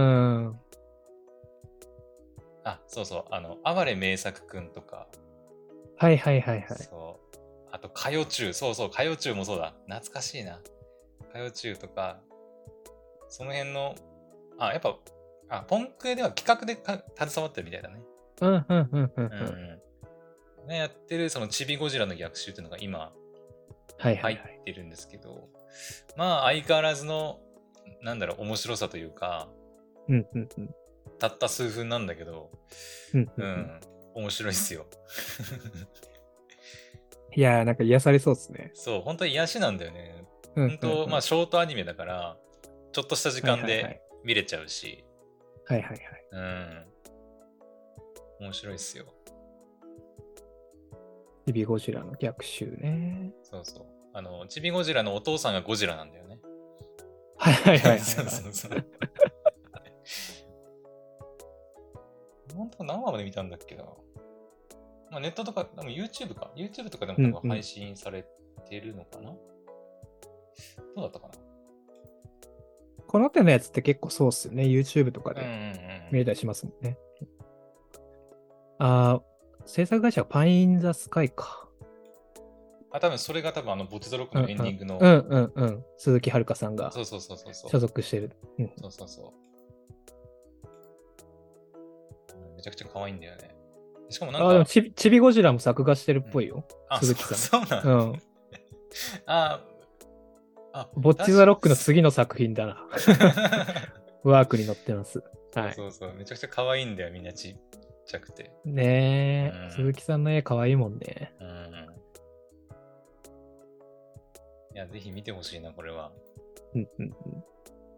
あ、そうそう、あの、哀れ名作くんとか。 はいはいはいはい。 そう。あと、かよちゅう。そうそう、かよちゅうもそうだ。懐かしいな。かよちゅうとか、その辺の、あ、やっぱ、あ、ポンクエでは企画でか携わってるみたいだね。 うんうんうんうんうん。 うん。ね、やってる、その、チビゴジラの逆襲っていうのが今、 はいはい、 入ってるんですけど、まあ、相変わらずの、なんだろう、面白さというか、 うんうんうん。 たった数分なんだけど、 うんうん、 うん、面白いっすよ。 いやー、なんか癒されそうですね。 そう、本当に癒しなんだよね。 うんうんうん、 本当、まあ、ショートアニメだから、ちょっとした時間で見れちゃうし。 はいはいはい。 うん。面白いっすよ。 チビゴジラの逆襲ね。 そうそう。あの、チビゴジラのお父さんがゴジラなんだよね。 はいはいはいはい、はい。 そうそうそう。本当何話まで見たんだっけな。まあ、ネットとか、でも YouTube か。YouTube とかでも多分配信されてるのかな、うんうん、どうだったかな。 この手のやつって結構そうっすよね。YouTube とかで見れたりしますもんね。うんうんうん、あー、制作会社はパインザスカイか。 あ、多分それが多分あのボテザロックのエンディングの。 うんうんうん、うん。鈴木遥さんがそうそうそうそう所属してる。 うん、そうそうそう。めちゃくちゃ可愛いんだよね。しかもなんか。 あ、でもちび、ちびゴジラも作画してるっぽいよ。 うん、 鈴木さん。 そうなんだ。うん。ああ、ボッチザロックの次の作品だな。ワークに載ってます。 はい。そうそうそう。めちゃくちゃ可愛いんだよ、みんなちっちゃくて。 ねえ、うん、鈴木さんの絵可愛いもんね。 うん。いや、ぜひ見てほしいな、これは。 うんうんうん。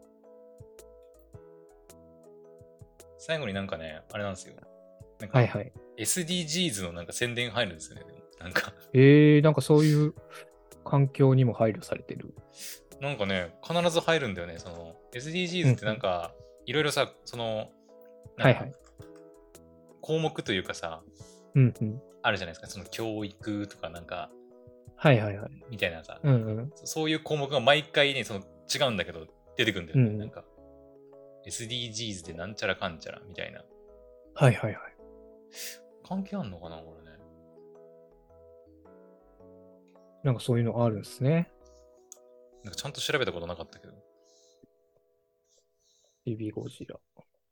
最後になんかね、あれなんですよ。なんかはいはい。 エスディージーズ のなんか宣伝入るんですよね。なんかえー、なんかそういう環境にも配慮されてる。 なんかね、必ず入るんだよね。その エスディージーズ ってなんか、いろいろさ、その、 はいはい。 項目というかさ、 うんうん、 あるじゃないですか。その教育とかなんか、 はいはいはい。 みたいなさ、 うんうん、 そういう項目が毎回ね、その違うんだけど、出てくるんだよね。うん、なんか、エスディージーズ でなんちゃらかんちゃらみたいな。 はいはいはい。 関係あんのかな、これね。 なんかそういうのあるんですね。 なんかちゃんと調べたことなかったけど。 ビビゴジラ。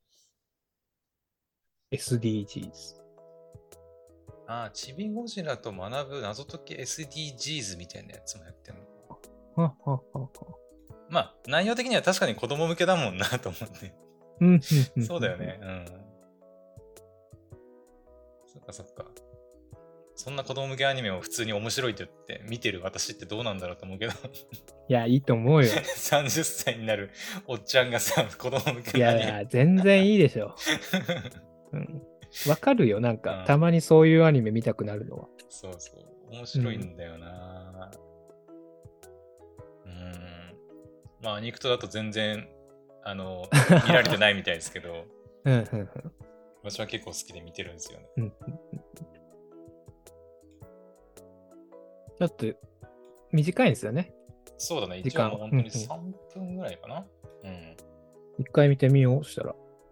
エスディージーズ。 ああ、チビゴジラと学ぶ謎解き エスディージーズ みたいなやつもやってんのか。 はははは。 まあ、内容的には確かに子供向けだもんなと思って。 うん、 そうだよね。うん。そっかそっか。 そんな子供向けアニメを普通に面白いって言って見てる私ってどうなんだろうと思うけど。 いや、いいと思うよ。 さんじゅっさいになるおっちゃんがさ、子供向けいのアニメ。 やいや、全然いいでしょ。うん。わかるよ。なんか、 うんたまにそういうアニメ見たくなるのは。 そうそう。面白いんだよな。うん。んまあ、肉とだと全然、あの、見られてないみたいですけど、 うんうんうん。 私は結構好きで見てるんですよね。 うんうんうんちょっと短いんですよね。 そうだね。 時間一応もう本当にうんさんぷんぐらいかな。うん。 一回見てみようしたら。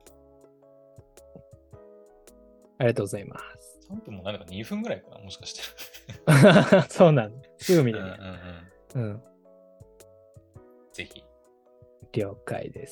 ありがとうございます。 さんぷんもなんかにふんぐらいかな、もしかして。 そうなんだ。すぐ見うんうんれる。 うん。 うん。 ぜひ。 了解です。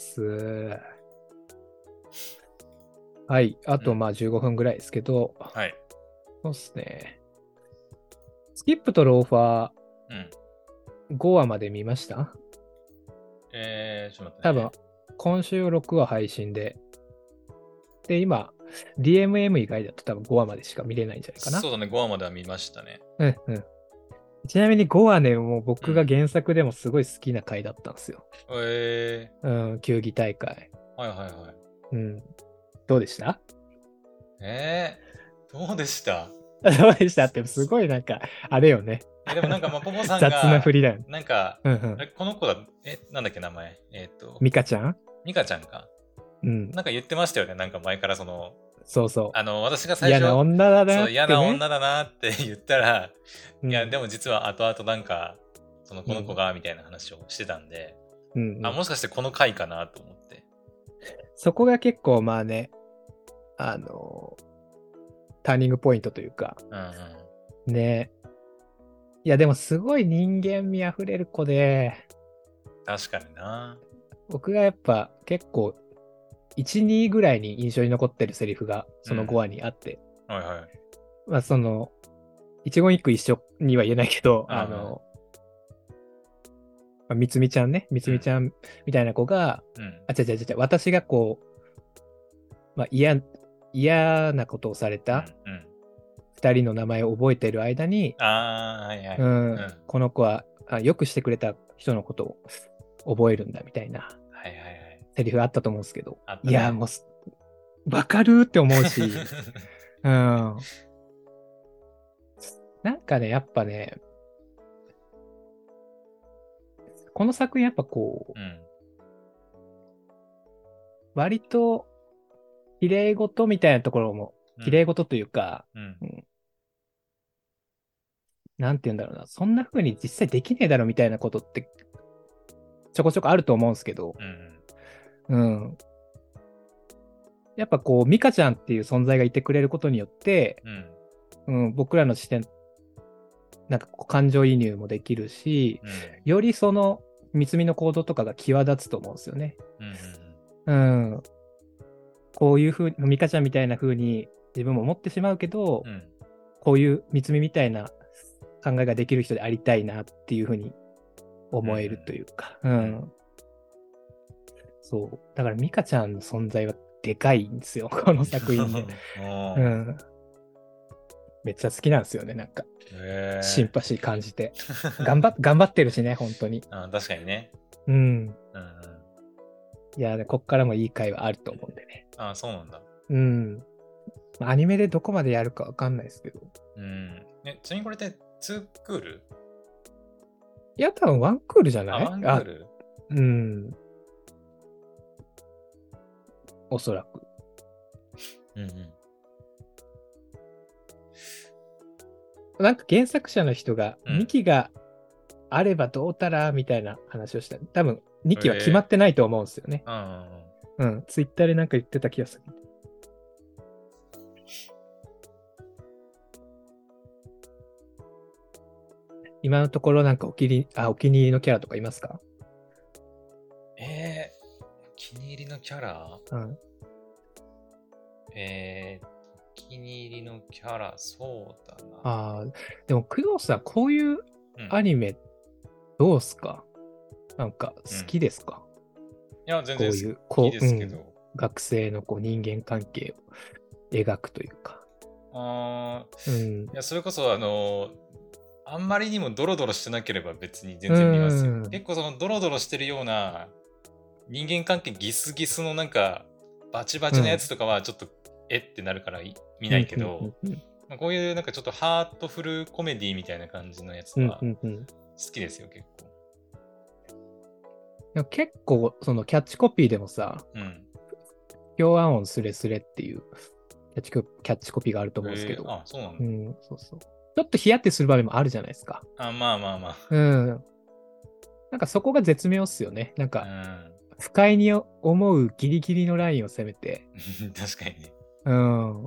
はい。あと、 うんまあじゅうごふんぐらいですけど、 はい。 そうっすね。スキップとローファうん。 ーごわまで見ました？ えー、ちょっと待多って、ね。 分、今週ろくわ配信で。で、今、ディーエムエム 以外だと多分ごわまでしか見れないんじゃないかな。 そうだね、ごわまでは見ましたね。 うんうん。ちなみにごわね、もう僕がうん原作でもすごい好きな回だったんですよ。 えうん、球技大会。 ー、はいはいはい。 うん。どうでした？ えー、どうでした？ どうでしたってすごいなんか、あれよね。 え、でもなんか、まあ、ポポさん雑なが、 振りだよね。 なんか、 うんうん。 あれこの子だ、え、なんだっけ、名前。えっ、と、 ミカちゃんミカちゃんか。 うん。 なんか言ってましたよね、なんか前からその、 そうそあの、私がう。 最初、 嫌な女だなそう、 ってね。 嫌な女だなって言ったら、 うん、 いや、でも実は後々なんか、その、この子うんが、みたいな話をしてたんで、 うんうんあ、もしかしてこの回かなと思って。 そこが結構まあね、あの、ターニングポイントというか、 うんうん。 ね。いや、でもすごい人間味あふれる子で、 確かにな。 僕がやっぱ結構、いち、にぐらいに印象に残ってるセリフがそのごわにあって、 はいはい。 まあその、一言一句一緒には言えないけど、 うんうんあの、まあ、みつみちゃんね、みつみちゃんみたいな子が、 うん。 あ、違う違う違う、私がこう、まあ嫌、嫌なことをされたうんうん。 二人の名前を覚えてる間に、 ああ、はいはい。 ううん。 ん、 はいこの子はあよくしてくれた人のことを覚えるんだみたいなはいはい。 セリフがあったと思うんですけど、 あったねいや、もうす、わかるって思うし、うん。なんかね、やっぱね、この作品やっぱこう、 うん。 割と、綺麗事みたいなところも、 うん綺麗事というか、 うんうんなんて言うんだろうな、そんな風に実際できねえだろみたいなことってちょこちょこあると思うんですけど、 うんうん。やっぱこう、ミカちゃんっていう存在がいてくれることによって、 うんうん、僕らの視点、なんかこう感情移入もできるし、 うんよりその、三つみの行動とかが際立つと思うんですよね。 うんうんうん。こういう風に、ミカちゃんみたいな風に自分も思ってしまうけど、 うんこういう三つみみたいな考えができる人でありたいなっていう風に思えるというか、うん。 んそう。だからミカちゃんの存在はでかいんですよ、この作品で。 おーうん。めっちゃ好きなんですよね、なんか。 へーシンパシー感じて。頑張っ、頑張ってるしね、本当に。 あ確かにね。 うん。 うんうん。 いや、こっからもいい回はあると思うんでね。 あそうなんだ。 うん。アニメでどこまでやるかわかんないですけど。 うん。え、ちなみにこれってツークール？ いや、多分ワンクールじゃあ、 ない？ ワンクール？ あ、うん。おそらく。 うんうん。 なんか原作者の人がうんにきがあればどうたらみたいな話をした。多分にきは決まってないと思うんですよね。 うんうんうん。 うん。ツイッターでなんか言ってた気がする。今のところなんかお気にあお気に入りのキャラとかいますか？ えー、お気に入りのキャラ？ うん。 えー、お気に入りのキャラ、そうだな。 ああ、でも工藤さん、こういううんアニメどうすか？なんか好きですか？ いや、全然こういう好きですけど。 こううん学生のこう人間関係を描くというか。 あうん。 いや、それこそ、あのーあんまりにもドロドロしてなければ別に全う然見ますよ。 ん。 結構そのドロドロしてるような人間関係ギスギスのなんかバチバチなやうん。 つとかはちょっとえってなるからい見ないうん。うん。 けど、 うん。 まあこういうなんかちょっとハートフルコメディみたいな感じのやつうん。 はうん。うん。 好きですよ、結構。 でも結構、そのキャッチコピーでもさ、 うん。 不協和音スレスレっていうキャッチコキャッチコピーがあると思うんですけえー、 ど、 あ、そうなんだ。 うん、そうそう。ちょっとヒヤってする場面もあるじゃないですか。 あ、まあまあまうん。なんかそこが絶妙っすよね。なんか、 あ。 不快に思うギリギリのラインを攻めて、 うん。確かにね。 うん。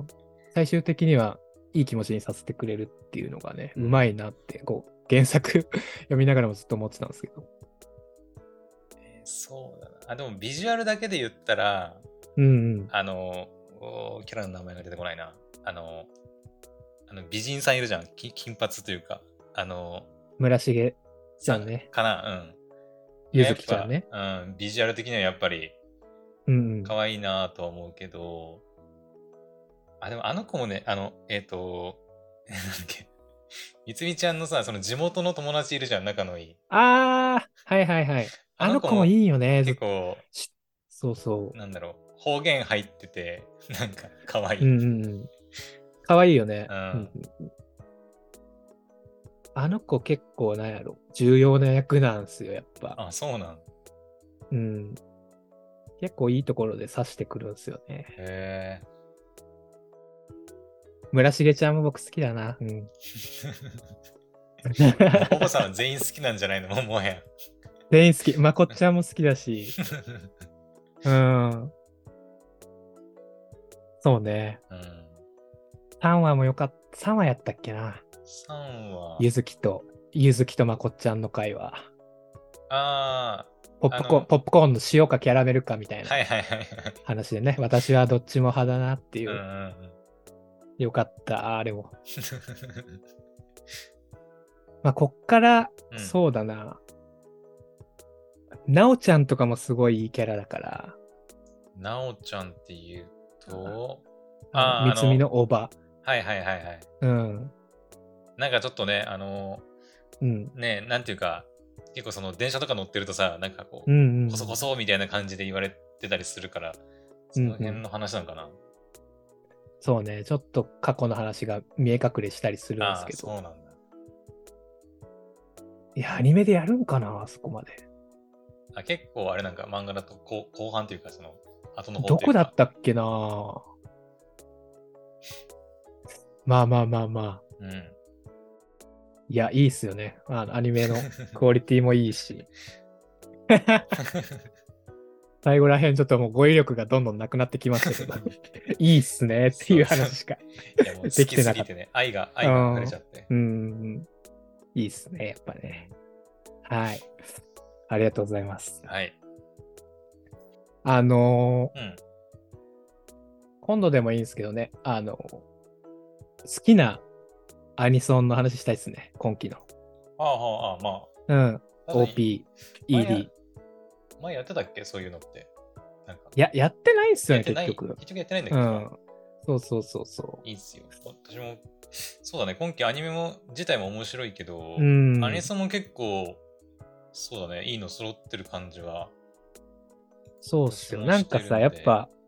最終的にはいい気持ちにさせてくれるっていうのがね、 うんうまいなって、こう、原作読みながらもずっと思ってたんですけど。 えーそうだな。あ、でもビジュアルだけで言ったら、 うんうん。 あの、おキャラの名前が出てこないな。あの、あの美人さんいるじゃん。き金髪というか。あの、 村重ちゃさ、 んね。 かな。うん。いゆや、やっぱ、 ずきちゃんね。 うん、ビジュアル的にはやっぱりうんうん。 可愛いなとは思うけど、あ、でもあの子もね、あの、えっ、と、なんだっけ、みつみちゃんのさ、その地元の友達いるじゃん、仲のいい。 あー、はいはいはい。あの子もあの子もいいよね。ず結構、 しそうそなんだろう、方言入ってて、なんか可愛う。 い。 うんうんうん。かわいいよね。 うん。 うんうん。あの子結構なんやろ。重要な役なんすよ、やっぱ。 あ、そうなん。 うん。結構いいところで刺してくるんですよね。 へえ。 村重ちゃんも僕好きだな。うん。 もう、おばさんは全員好きなんじゃないのもうもはや。 全員好き。まこっちゃんも好きだし。うん。そうね。 うん。 さんわもよかった。さんわやったっけな。 さんは、 ゆずきと、ゆずきとまこっちゃんの会話。 ああ、 ポップコーン、 あの、 ポップコーンの塩かキャラメルかみたいなはいはいはいはい。 話でね。私はどっちも派だなっていうんうう。 んよかった、あれも。 うん。 まあ、こっから、 うん。 そうだな。なおちゃんとかもすごいいいキャラだから。 なおちゃんっていうと、 あの、 ああ、あみつみの、 のおば。 はいはいはいはい。 うん。 なんかちょっとね、あの、 うん。 ね、なんていうか、結構その電車とか乗ってるとさ、なんかこうんうう、こそこんそみたいな感じで言われてたりするから、 うん。うんうん。 その辺の話なのかな。 そうね。ちょっと過去の話が見え隠れしたりするんですああ、 けど。 そうなんだ。 いや、アニメでやるんかな、あそこまで。 あ、結構あれなんか漫画だと後後半というか、その後の方どこだというか。 ったっけな。まあまあまあまあ。 うん。 いや、いいっすよね。あのアニメのクオリティもいいし。最後らへんちょっともう語彙力がどんどんなくなってきましたけど、いいっすねっていうそうそう。 話しかいやもう好きできてなかっすぎてね、愛が、 た。 愛が溢れちゃって。 うん。うん。いいっすね、やっぱね。はい。ありがとうございます。 はい。 あのーうん。 今度でもいいんですけどね、あのー好きなアニソンの話したいですね、今期の。 ああ、ああ、まうん。 あ。確かに、 オーピー、 前や、 イーディー。 前やってたっけそういうのって。なんか、 や、やってないっすよね、 やってない、 結局。 結局やってないんだっけか。 うん。そうそうそうそいいっすよ。私も、そうだね、今期アニメも、自体も面白いけう。うど、アニん。 ソンも結構、そうだね、いいの揃ってる感じは、 そうっすよ。 私もしてなんかさ、 るんで、 やっぱ、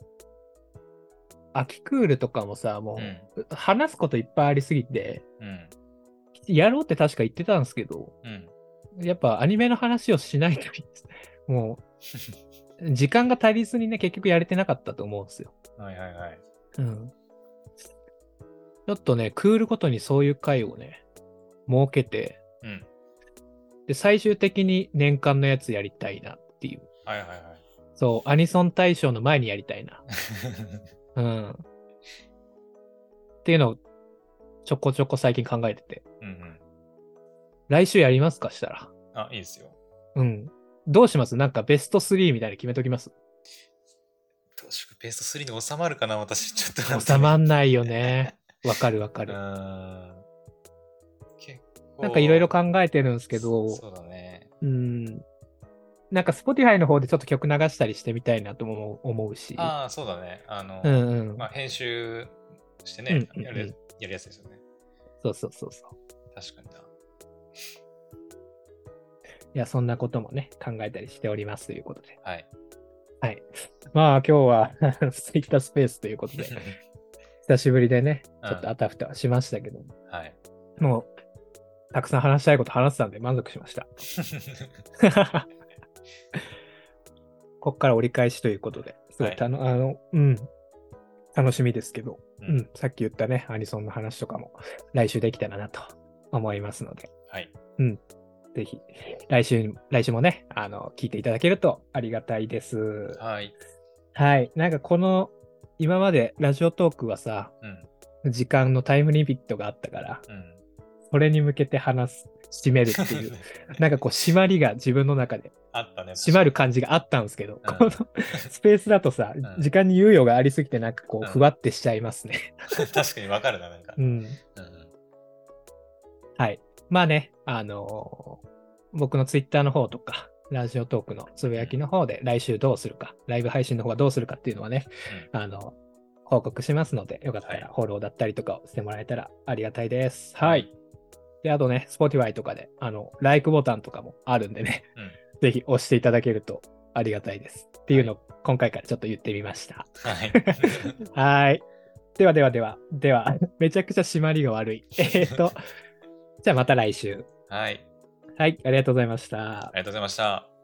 秋クールとかもさ、 うん、 もう、話すこといっぱいありすぎて、 うん、 やろうって確か言ってたんですけど、 うん。 やっぱアニメの話をしないと、もう、時間が足りずにね、結局やれてなかったと思うんですよ。 はいはいはい。 うん。ちょっとね、クールごとにそういう回をね、設けて、 うん。 で、最終的に年間のやつやりたいなっていう。 はいはいはい。 そう、アニソン大賞の前にやりたいな。うん。っていうのをちょこちょこ最近考えてて。 うんうん。 来週やりますかしたら。 あ、いいですよ。 うん。どうしますなんかベストスリーみたいに決めときます。 どうしようベストスリーに収まるかな私、ちょっと待っ収てね。 まんないよね。わかるわかうる。 ーん。結なんかいろいろ構、 考えてるんですけど、 そうだね。 うん。なんか Spotify の方でちょっと曲流したりしてみたいなとも思うし。 ああ、そうだね。あうんの、 うん。 まあ、編集してね、うんうんうん、やる、やりやすいですよね。 そうそうそうそう。 確かにな。いや、そんなこともね、考えたりしておりますということで。 はい。 はい。まあ、今日はツイッタースペースということで、久しぶりでね、ちょっとあたふたしましたけど、うん、 はい。 もう、たくさん話したいこと話せたんで満足しました。ここから折り返しということで、すごいたの、はい、あの、うん、楽しみですけど、うん、うん、さっき言ったね、アニソンの話とかも来週できたらなと思いますので、 はい。 うん。ぜひ、来週、来週もね、あの、聞いていただけるとありがたいです。 はい。 はい。なんかこの、今までラジオトークはさ、うん、時間のタイムリミットがあったから、うん、それに向けて話す、締めるっていう、なんかこう、締まりが自分の中で、 あったね。 締まる感じがあったんですけど、うん、このスペースだとさ、うん、時間に猶予がありすぎて、なんかこう、ふわってしちゃいますね。 うん、確かにわかるな、なんか。 うん。うん、はい。まあね、あのー、僕のツイッターの方とか、ラジオトークのつぶやきの方で来週どうするか、ライブ配信の方がどうするかっていうのはね、うん、あの、報告しますので、よかったらフォローだったりとかをしてもらえたらありがたいです。はい。はい、で、あとね、Spotify とかで、あの、LIKE ボタンとかもあるんでね、うん、ぜひ押していただけるとありがたいです。っていうのを今回からちょっと言ってみました。はい。はい。ではではでは、では、めちゃくちゃ締まりが悪い。えーっと、じゃあまた来週。 はい。 はい、ありがとうございました。 ありがとうございました。